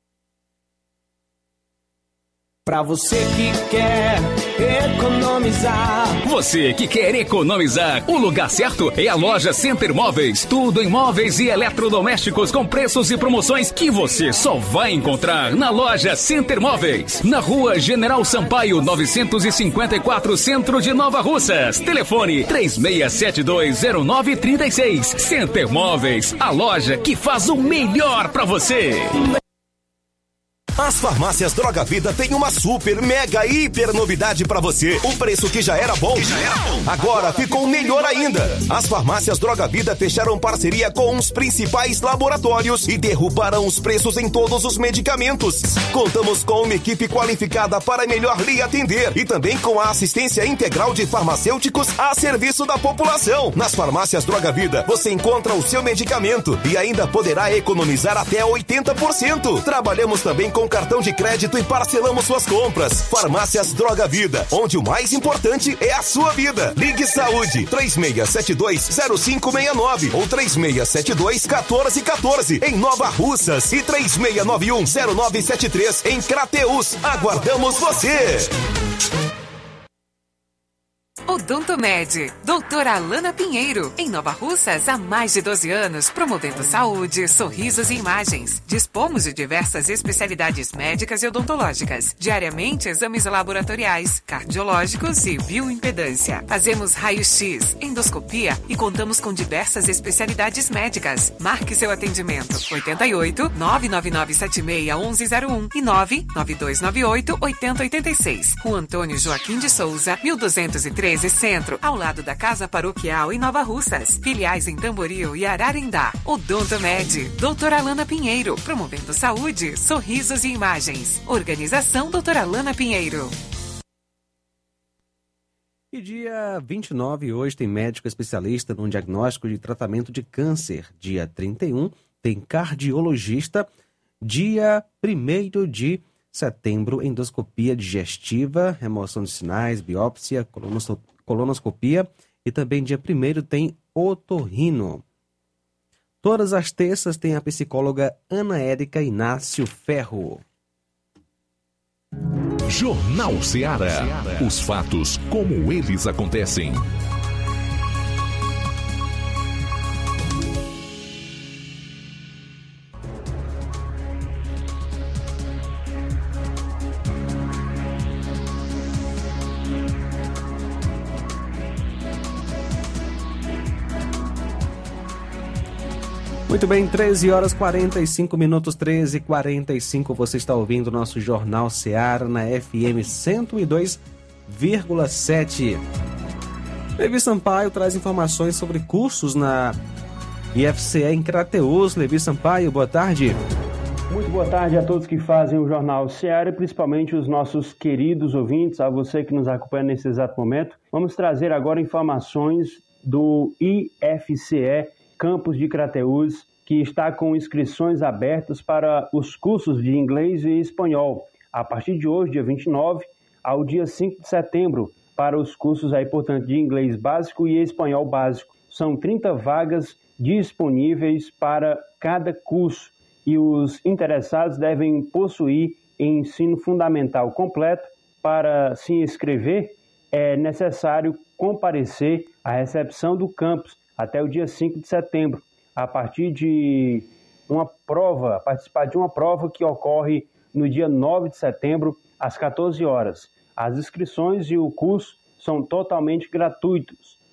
D: Pra você que quer economizar.
J: Você que quer economizar, o lugar certo é a loja Center Móveis. Tudo em móveis e eletrodomésticos com preços e promoções que você só vai encontrar na loja Center Móveis. Na rua General Sampaio, novecentos e cinquenta e quatro, centro de Nova Russas. Telefone três seis sete dois zero nove três seis. Center Móveis, a loja que faz o melhor pra você.
E: As farmácias Droga Vida têm uma super, mega, hiper novidade pra você. Um preço que já era bom, já era bom. Agora ficou melhor ainda. As farmácias Droga Vida fecharam parceria com os principais laboratórios e derrubaram os preços em todos os medicamentos. Contamos com uma equipe qualificada para melhor lhe atender e também com a assistência integral de farmacêuticos a serviço da população. Nas farmácias Droga Vida, você encontra o seu medicamento e ainda poderá economizar até oitenta por cento. Trabalhamos também com cartão de crédito e parcelamos suas compras. Farmácias Droga Vida, onde o mais importante é a sua vida. Ligue Saúde três seis sete dois zero cinco seis nove ou três seis sete dois um quatro um quatro em Nova Russas e três seis nove um zero nove sete três em Crateús. Aguardamos você!
M: Odontomed, doutora Alana Pinheiro, em Nova Russas há mais de doze anos, promovendo saúde, sorrisos e imagens. Dispomos de diversas especialidades médicas e odontológicas. Diariamente, exames laboratoriais, cardiológicos e bioimpedância. Fazemos raio-x, endoscopia e contamos com diversas especialidades médicas. Marque seu atendimento. oito oito, nove nove nove sete seis, um um zero um e nove nove dois nove oito, oito zero oito seis. Rua Antônio Joaquim de Souza, mil duzentos e treze, Centro, ao lado da Casa Paroquial em Nova Russas. Filiais em Tamboril e Ararindá. Odontomed, doutora Alana Pinheiro, promovendo saúde, sorrisos e imagens. Organização doutora Alana Pinheiro.
B: E dia vinte e nove, hoje, tem médico especialista no diagnóstico e tratamento de câncer. Dia trinta e um, tem cardiologista. Dia primeiro de setembro, endoscopia digestiva, remoção de sinais, biópsia, colonoscopia. E também dia primeiro tem otorrino. Todas as terças tem a psicóloga Ana Érica Inácio Ferro.
A: Jornal Ceará. Os fatos como eles acontecem.
B: Muito bem, treze horas e quarenta e cinco minutos, treze e quarenta e cinco. Você está ouvindo o nosso Jornal Ceará na F M cento e dois vírgula sete. Levi Sampaio traz informações sobre cursos na I F C E em Crateús. Levi Sampaio, boa tarde.
S: Muito boa tarde a todos que fazem o Jornal Ceará, principalmente os nossos queridos ouvintes, a você que nos acompanha nesse exato momento. Vamos trazer agora informações do I F C E Campus de Crateús, que está com inscrições abertas para os cursos de inglês e espanhol, a partir de hoje, dia vinte e nove, ao dia cinco de setembro, para os cursos aí, portanto, de inglês básico e espanhol básico. São trinta vagas disponíveis para cada curso e os interessados devem possuir ensino fundamental completo. Para se inscrever, é necessário comparecer à recepção do campus até o dia cinco de setembro, a partir de uma prova, participar de uma prova que ocorre no dia nove de setembro, às quatorze horas. As inscrições e o curso são totalmente gratuitos.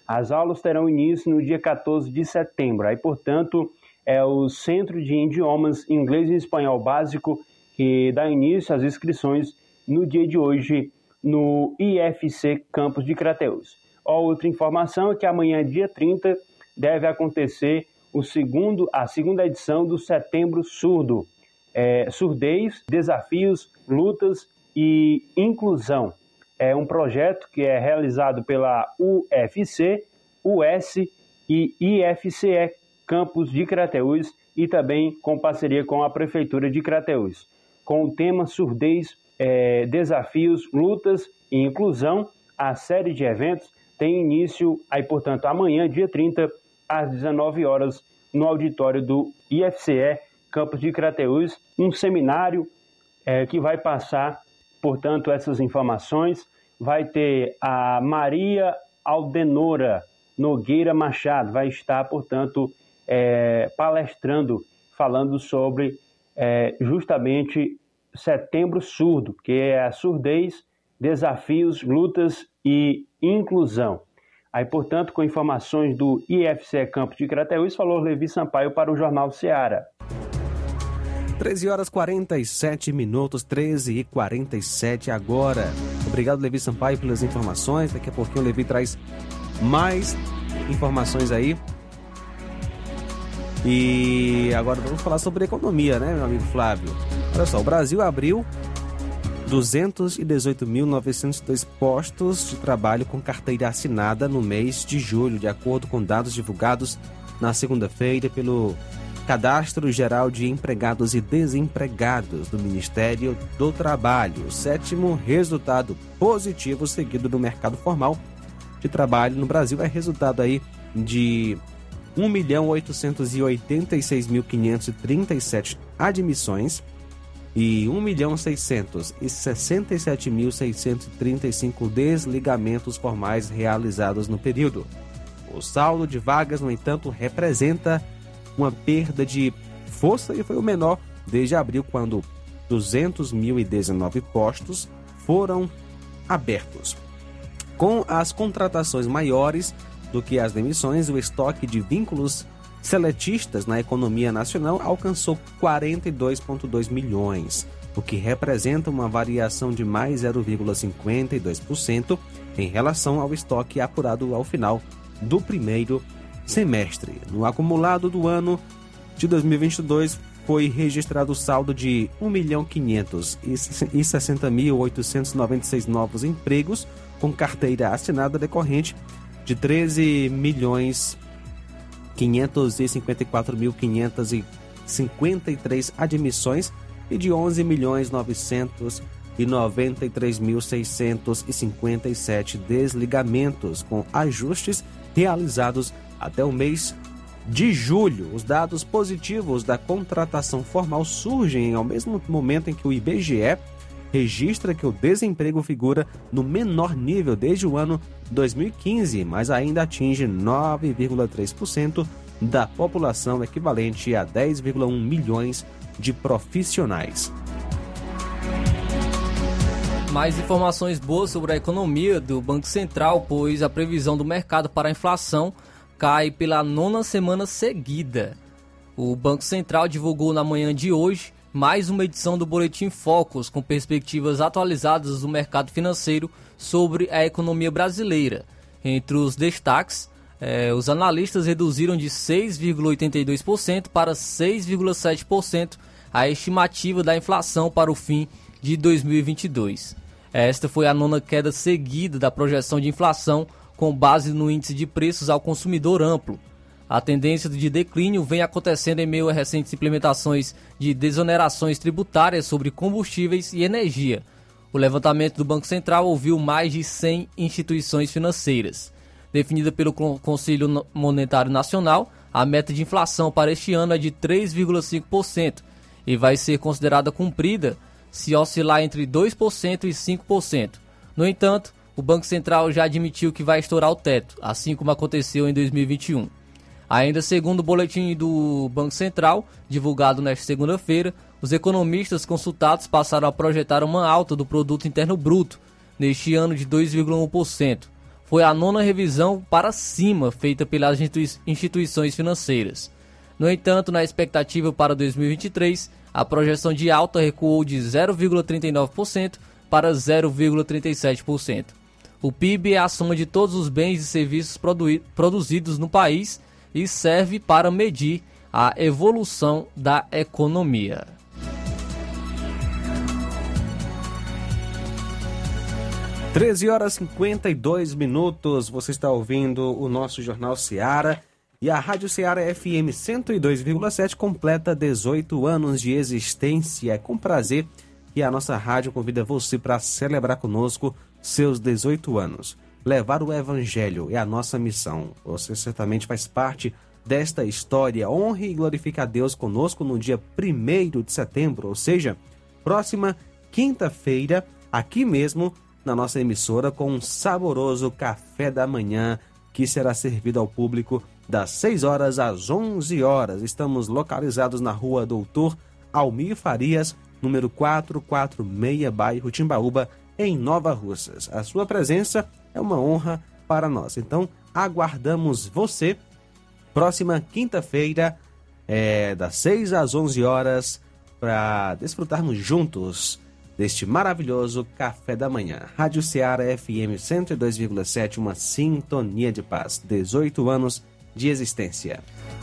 S: As aulas terão início no dia quatorze de setembro. Aí, portanto, é o Centro de Idiomas Inglês e Espanhol Básico que dá início às inscrições no dia de hoje no I F C Campus de Crateús. Outra informação é que amanhã, dia trinta, deve acontecer o segundo, a segunda edição do Setembro Surdo. É, surdez, desafios, lutas e inclusão. É um projeto que é realizado pela U F C, U S e I F C E Campus de Crateús e também com parceria com a Prefeitura de Crateús. Com o tema Surdez, é, Desafios, Lutas e Inclusão, a série de eventos tem início, aí, portanto, amanhã, dia trinta, às dezenove horas, no auditório do I F C E Campus de Crateús, um seminário é, que vai passar, portanto, essas informações. Vai ter a Maria Aldenora Nogueira Machado, vai estar, portanto, é, palestrando, falando sobre é, justamente Setembro Surdo, que é a surdez, desafios, lutas e inclusão. Aí, portanto, com informações do I F C E Campus de Crateús, falou Levi Sampaio para o Jornal Ceará.
B: treze horas e quarenta e sete minutos, treze e quarenta e sete agora. Obrigado, Levi Sampaio, pelas informações. Daqui a pouquinho o Levi traz mais informações aí. E agora vamos falar sobre economia, né, meu amigo Flávio? Olha só, o Brasil abriu duzentos e dezoito mil novecentos e dois postos de trabalho com carteira assinada no mês de julho, de acordo com dados divulgados na segunda-feira pelo Cadastro Geral de Empregados e Desempregados do Ministério do Trabalho. O sétimo resultado positivo seguido do mercado formal de trabalho no Brasil é resultado aí de um milhão oitocentos e oitenta e seis mil quinhentos e trinta e sete admissões e um milhão seiscentos e sessenta e sete mil seiscentos e trinta e cinco desligamentos formais realizados no período. O saldo de vagas, no entanto, representa uma perda de força e foi o menor desde abril, quando duzentos mil e dezenove postos foram abertos. Com as contratações maiores do que as demissões, o estoque de vínculos seletistas na economia nacional alcançou quarenta e dois vírgula dois milhões, o que representa uma variação de mais zero vírgula cinquenta e dois por cento em relação ao estoque apurado ao final do primeiro semestre. No acumulado do ano de dois mil e vinte e dois, foi registrado o saldo de um milhão quinhentos e sessenta mil oitocentos e noventa e seis novos empregos com carteira assinada, decorrente de treze milhões quinhentos e cinquenta e quatro mil quinhentos e cinquenta e três admissões e de onze milhões novecentos e noventa e três mil seiscentos e cinquenta e sete desligamentos, com ajustes realizados até o mês de julho. Os dados positivos da contratação formal surgem ao mesmo momento em que o I B G E registra que o desemprego figura no menor nível desde o ano dois mil e quinze, mas ainda atinge nove vírgula três por cento da população, equivalente a dez vírgula um milhões de profissionais.
C: Mais informações boas sobre a economia do Banco Central, pois a previsão do mercado para a inflação cai pela nona semana seguida. O Banco Central divulgou na manhã de hoje mais uma edição do Boletim Focus, com perspectivas atualizadas do mercado financeiro sobre a economia brasileira. Entre os destaques, eh, os analistas reduziram de seis vírgula oitenta e dois por cento para seis vírgula sete por cento a estimativa da inflação para o fim de dois mil e vinte e dois. Esta foi a nona queda seguida da projeção de inflação com base no índice de preços ao consumidor amplo. A tendência de declínio vem acontecendo em meio a recentes implementações de desonerações tributárias sobre combustíveis e energia. O levantamento do Banco Central ouviu mais de cem instituições financeiras. Definida pelo Conselho Monetário Nacional, a meta de inflação para este ano é de três vírgula cinco por cento e vai ser considerada cumprida se oscilar entre dois por cento e cinco por cento. No entanto, o Banco Central já admitiu que vai estourar o teto, assim como aconteceu em dois mil e vinte e um. Ainda segundo o boletim do Banco Central, divulgado nesta segunda-feira, os economistas consultados passaram a projetar uma alta do Produto Interno Bruto neste ano de dois vírgula um por cento. foi a nona revisão para cima feita pelas instituições financeiras. No entanto, na expectativa para dois mil e vinte e três, a projeção de alta recuou de zero vírgula trinta e nove por cento para zero vírgula trinta e sete por cento. O P I B é a soma de todos os bens e serviços produ- produzidos no país e serve para medir a evolução da economia.
B: treze horas e cinquenta e dois minutos, você está ouvindo o nosso Jornal Seara e a Rádio Seara F M cento e dois vírgula sete completa dezoito anos de existência. É com prazer que a nossa rádio convida você para celebrar conosco seus dezoito anos. Levar o Evangelho é a nossa missão. Você certamente faz parte desta história. Honre e glorifique a Deus conosco no dia primeiro de setembro, ou seja, próxima quinta-feira, aqui mesmo na nossa emissora, com um saboroso café da manhã que será servido ao público das seis horas às onze horas. Estamos localizados na rua Doutor Almir Farias, número quatrocentos e quarenta e seis, bairro Timbaúba, em Nova Russas. A sua presença é uma honra para nós. Então, aguardamos você próxima quinta-feira, é, das seis às onze horas, para desfrutarmos juntos deste maravilhoso café da manhã. Rádio Seara F M cento e dois vírgula sete, uma sintonia de paz. dezoito anos de existência.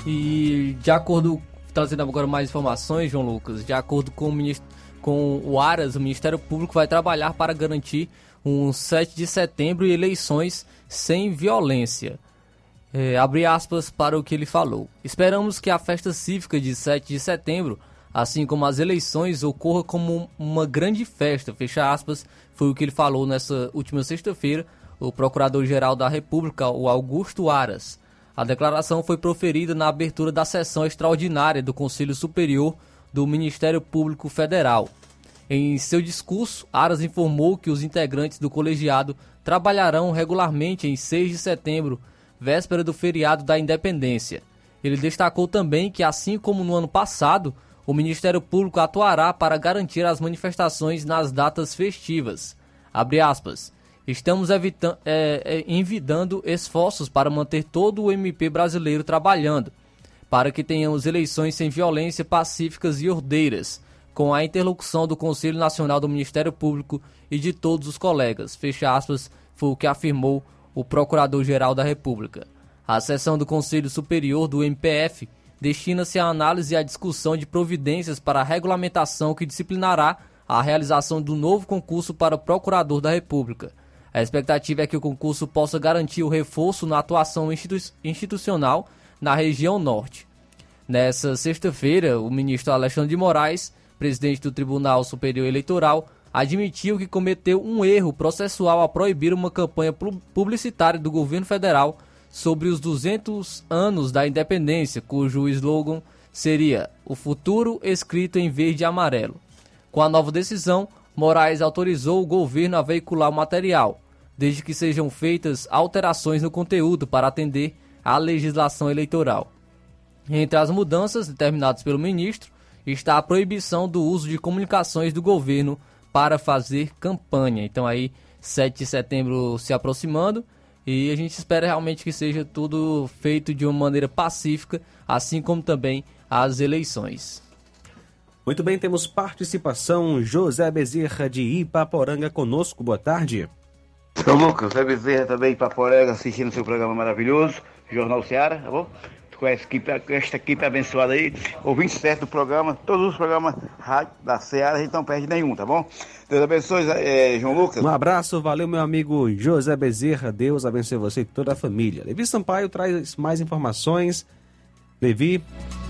C: E de acordo, trazendo agora mais informações, João Lucas, de acordo com o, ministro, com o Aras, o Ministério Público vai trabalhar para garantir um sete de setembro e eleições sem violência. É, abre aspas para o que ele falou. Esperamos que a festa cívica de sete de setembro, assim como as eleições, ocorra como uma grande festa, fecha aspas, foi o que ele falou nessa última sexta-feira, o Procurador-Geral da República, o Augusto Aras. A declaração foi proferida na abertura da sessão extraordinária do Conselho Superior do Ministério Público Federal. Em seu discurso, Aras informou que os integrantes do colegiado trabalharão regularmente em seis de setembro, véspera do feriado da Independência. Ele destacou também que, assim como no ano passado, o Ministério Público atuará para garantir as manifestações nas datas festivas. Abre aspas. Estamos evitando, é, é, envidando esforços para manter todo o M P brasileiro trabalhando, para que tenhamos eleições sem violência, pacíficas e ordeiras, com a interlocução do Conselho Nacional do Ministério Público e de todos os colegas. Fecha aspas, foi o que afirmou o Procurador-Geral da República. A sessão do Conselho Superior do M P F destina-se à análise e à discussão de providências para a regulamentação que disciplinará a realização do novo concurso para Procurador da República. A expectativa é que o concurso possa garantir o reforço na atuação institu- institucional na região norte. Nessa sexta-feira, o ministro Alexandre de Moraes, presidente do Tribunal Superior Eleitoral, admitiu que cometeu um erro processual ao proibir uma campanha publicitária do governo federal sobre os duzentos anos da independência, cujo slogan seria "O futuro escrito em verde e amarelo". Com a nova decisão, Moraes autorizou o governo a veicular o material, desde que sejam feitas alterações no conteúdo para atender à legislação eleitoral. Entre as mudanças determinadas pelo ministro está a proibição do uso de comunicações do governo para fazer campanha. Então aí, sete de setembro se aproximando, e a gente espera realmente que seja tudo feito de uma maneira pacífica, assim como também as eleições.
B: Muito bem, temos participação. José Bezerra de Ipaporanga conosco, boa tarde.
T: Sou Lucas, José Bezerra também, Ipaporanga, assistindo seu programa maravilhoso, Jornal Seara, tá bom? Com essa equipe, esta equipe abençoada aí, ouvinte certo do programa, todos os programas rádio da Seara, a gente não perde nenhum, tá bom? Deus abençoe, é, João Lucas.
B: Um abraço, valeu meu amigo José Bezerra, Deus abençoe você e toda a família. Levi Sampaio traz mais informações. Levi.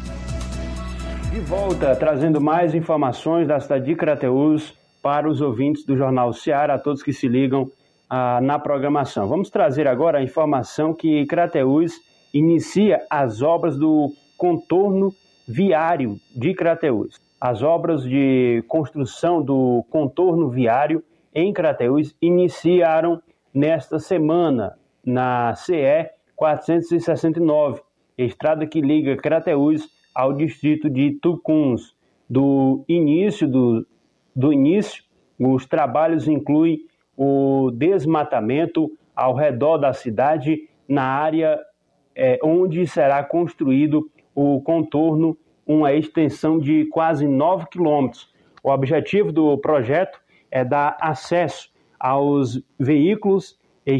S: De volta, trazendo mais informações da cidade de Crateús para os ouvintes do Jornal Seara, a todos que se ligam ah, na programação. Vamos trazer agora a informação que Crateús inicia as obras do contorno viário de Crateús. As obras de construção do contorno viário em Crateús iniciaram nesta semana na C E quatrocentos e sessenta e nove, estrada que liga Crateús ao distrito de Tucuns. Do início, do, do início, os trabalhos incluem o desmatamento ao redor da cidade, na área é, onde será construído o contorno, uma extensão de quase nove quilômetros. O objetivo do projeto é dar acesso aos veículos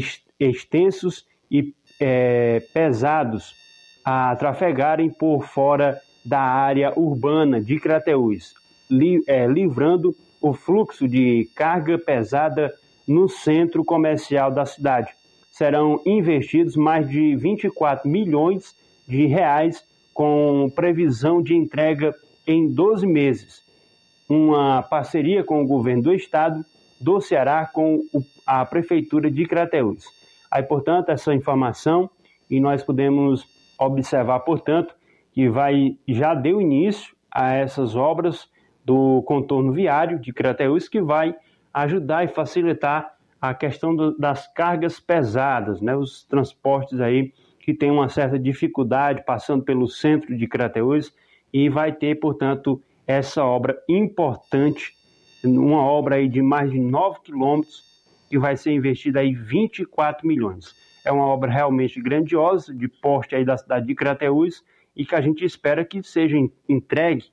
S: extensos e é, pesados a trafegarem por fora da área urbana de Crateús, li, é, livrando o fluxo de carga pesada no centro comercial da cidade. Serão investidos mais de vinte e quatro milhões de reais com previsão de entrega em doze meses. Uma parceria com o governo do estado do Ceará com a prefeitura de Crateús. Aí, portanto, essa informação, e nós podemos observar, portanto, que vai, já deu início a essas obras do contorno viário de Crateús, que vai ajudar e facilitar a questão do, das cargas pesadas, né? Os transportes aí que tem uma certa dificuldade passando pelo centro de Crateús, e vai ter, portanto, essa obra importante, uma obra aí de mais de nove quilômetros, que vai ser investida aí vinte e quatro milhões. É uma obra realmente grandiosa, de porte aí da cidade de Crateús, e que a gente espera que seja entregue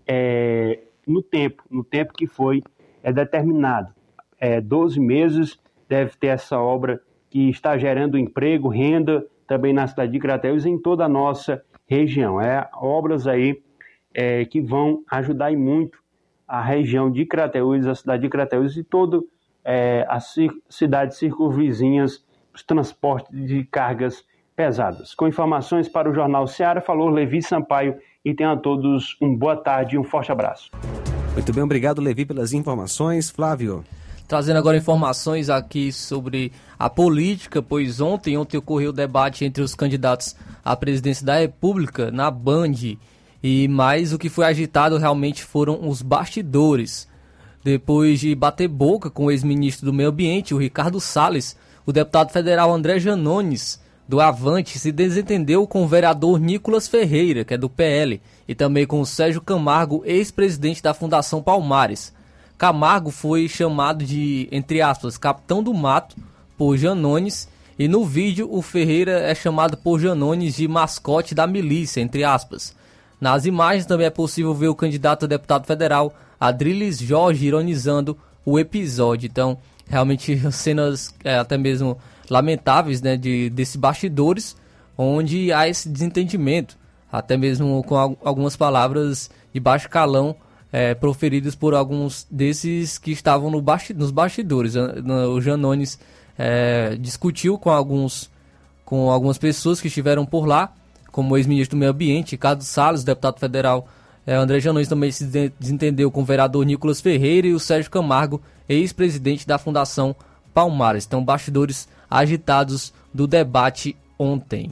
S: é, no tempo, no tempo que foi é, determinado. É, doze meses deve ter essa obra que está gerando emprego, renda, também na cidade de Crateús e em toda a nossa região. É obras aí é, que vão ajudar e muito a região de Crateús, a cidade de Crateús e todas é, as cidades circunvizinhas, os transportes de cargas pesadas. Com informações para o Jornal Ceará, falou Levi Sampaio, e tenham a todos uma boa tarde e um forte abraço.
B: Muito bem, obrigado, Levi, pelas informações. Flávio.
C: Trazendo agora informações aqui sobre a política, pois ontem, ontem ocorreu o debate entre os candidatos à presidência da República na Band, e mais o que foi agitado realmente foram os bastidores. Depois de bater boca com o ex-ministro do Meio Ambiente, o Ricardo Salles, o deputado federal André Janones, do Avante, se desentendeu com o vereador Nicolas Ferreira, que é do P L, e também com o Sérgio Camargo, ex-presidente da Fundação Palmares. Camargo foi chamado de, entre aspas, capitão do mato por Janones, e no vídeo o Ferreira é chamado por Janones de mascote da milícia, entre aspas. Nas imagens também é possível ver o candidato a deputado federal Adriles Jorge ironizando o episódio. Então, realmente cenas é, até mesmo lamentáveis, né, de, desses bastidores, onde há esse desentendimento, até mesmo com algumas palavras de baixo calão é, proferidas por alguns desses que estavam no basti- nos bastidores. O Janones é, discutiu com, alguns, com algumas pessoas que estiveram por lá, como o ex-ministro do Meio Ambiente, Ricardo Salles, deputado federal é, André Janones também se desentendeu com o vereador Nicolas Ferreira e o Sérgio Camargo, ex-presidente da Fundação Palmares. Então, bastidores agitados do debate ontem.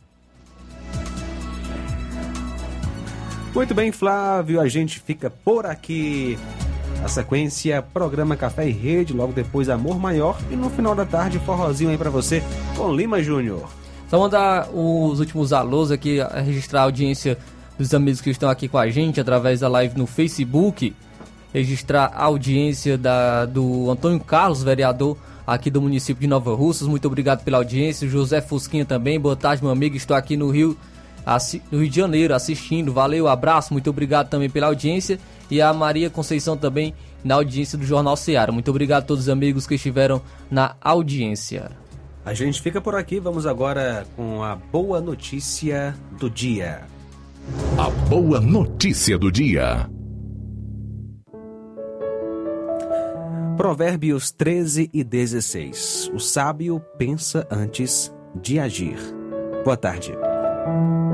B: Muito bem, Flávio, a gente fica por aqui. A sequência, programa Café e Rede, logo depois Amor Maior e no final da tarde, forrozinho aí pra você com Lima Júnior.
C: Só mandar os últimos alôs aqui, registrar a audiência dos amigos que estão aqui com a gente através da live no Facebook, registrar a audiência da, do Antônio Carlos, vereador aqui do município de Nova Russas. Muito obrigado pela audiência. José Fusquinha também, boa tarde, meu amigo, estou aqui no Rio, no Rio de Janeiro assistindo, valeu, abraço, muito obrigado também pela audiência. E a Maria Conceição também na audiência do Jornal Ceará. Muito obrigado a todos os amigos que estiveram na audiência.
B: A gente fica por aqui, vamos agora com a boa notícia do dia.
A: A boa notícia do dia.
B: Provérbios treze e dezesseis. O sábio pensa antes de agir. Boa tarde.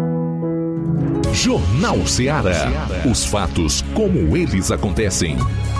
A: Jornal Ceará. Os fatos como eles acontecem.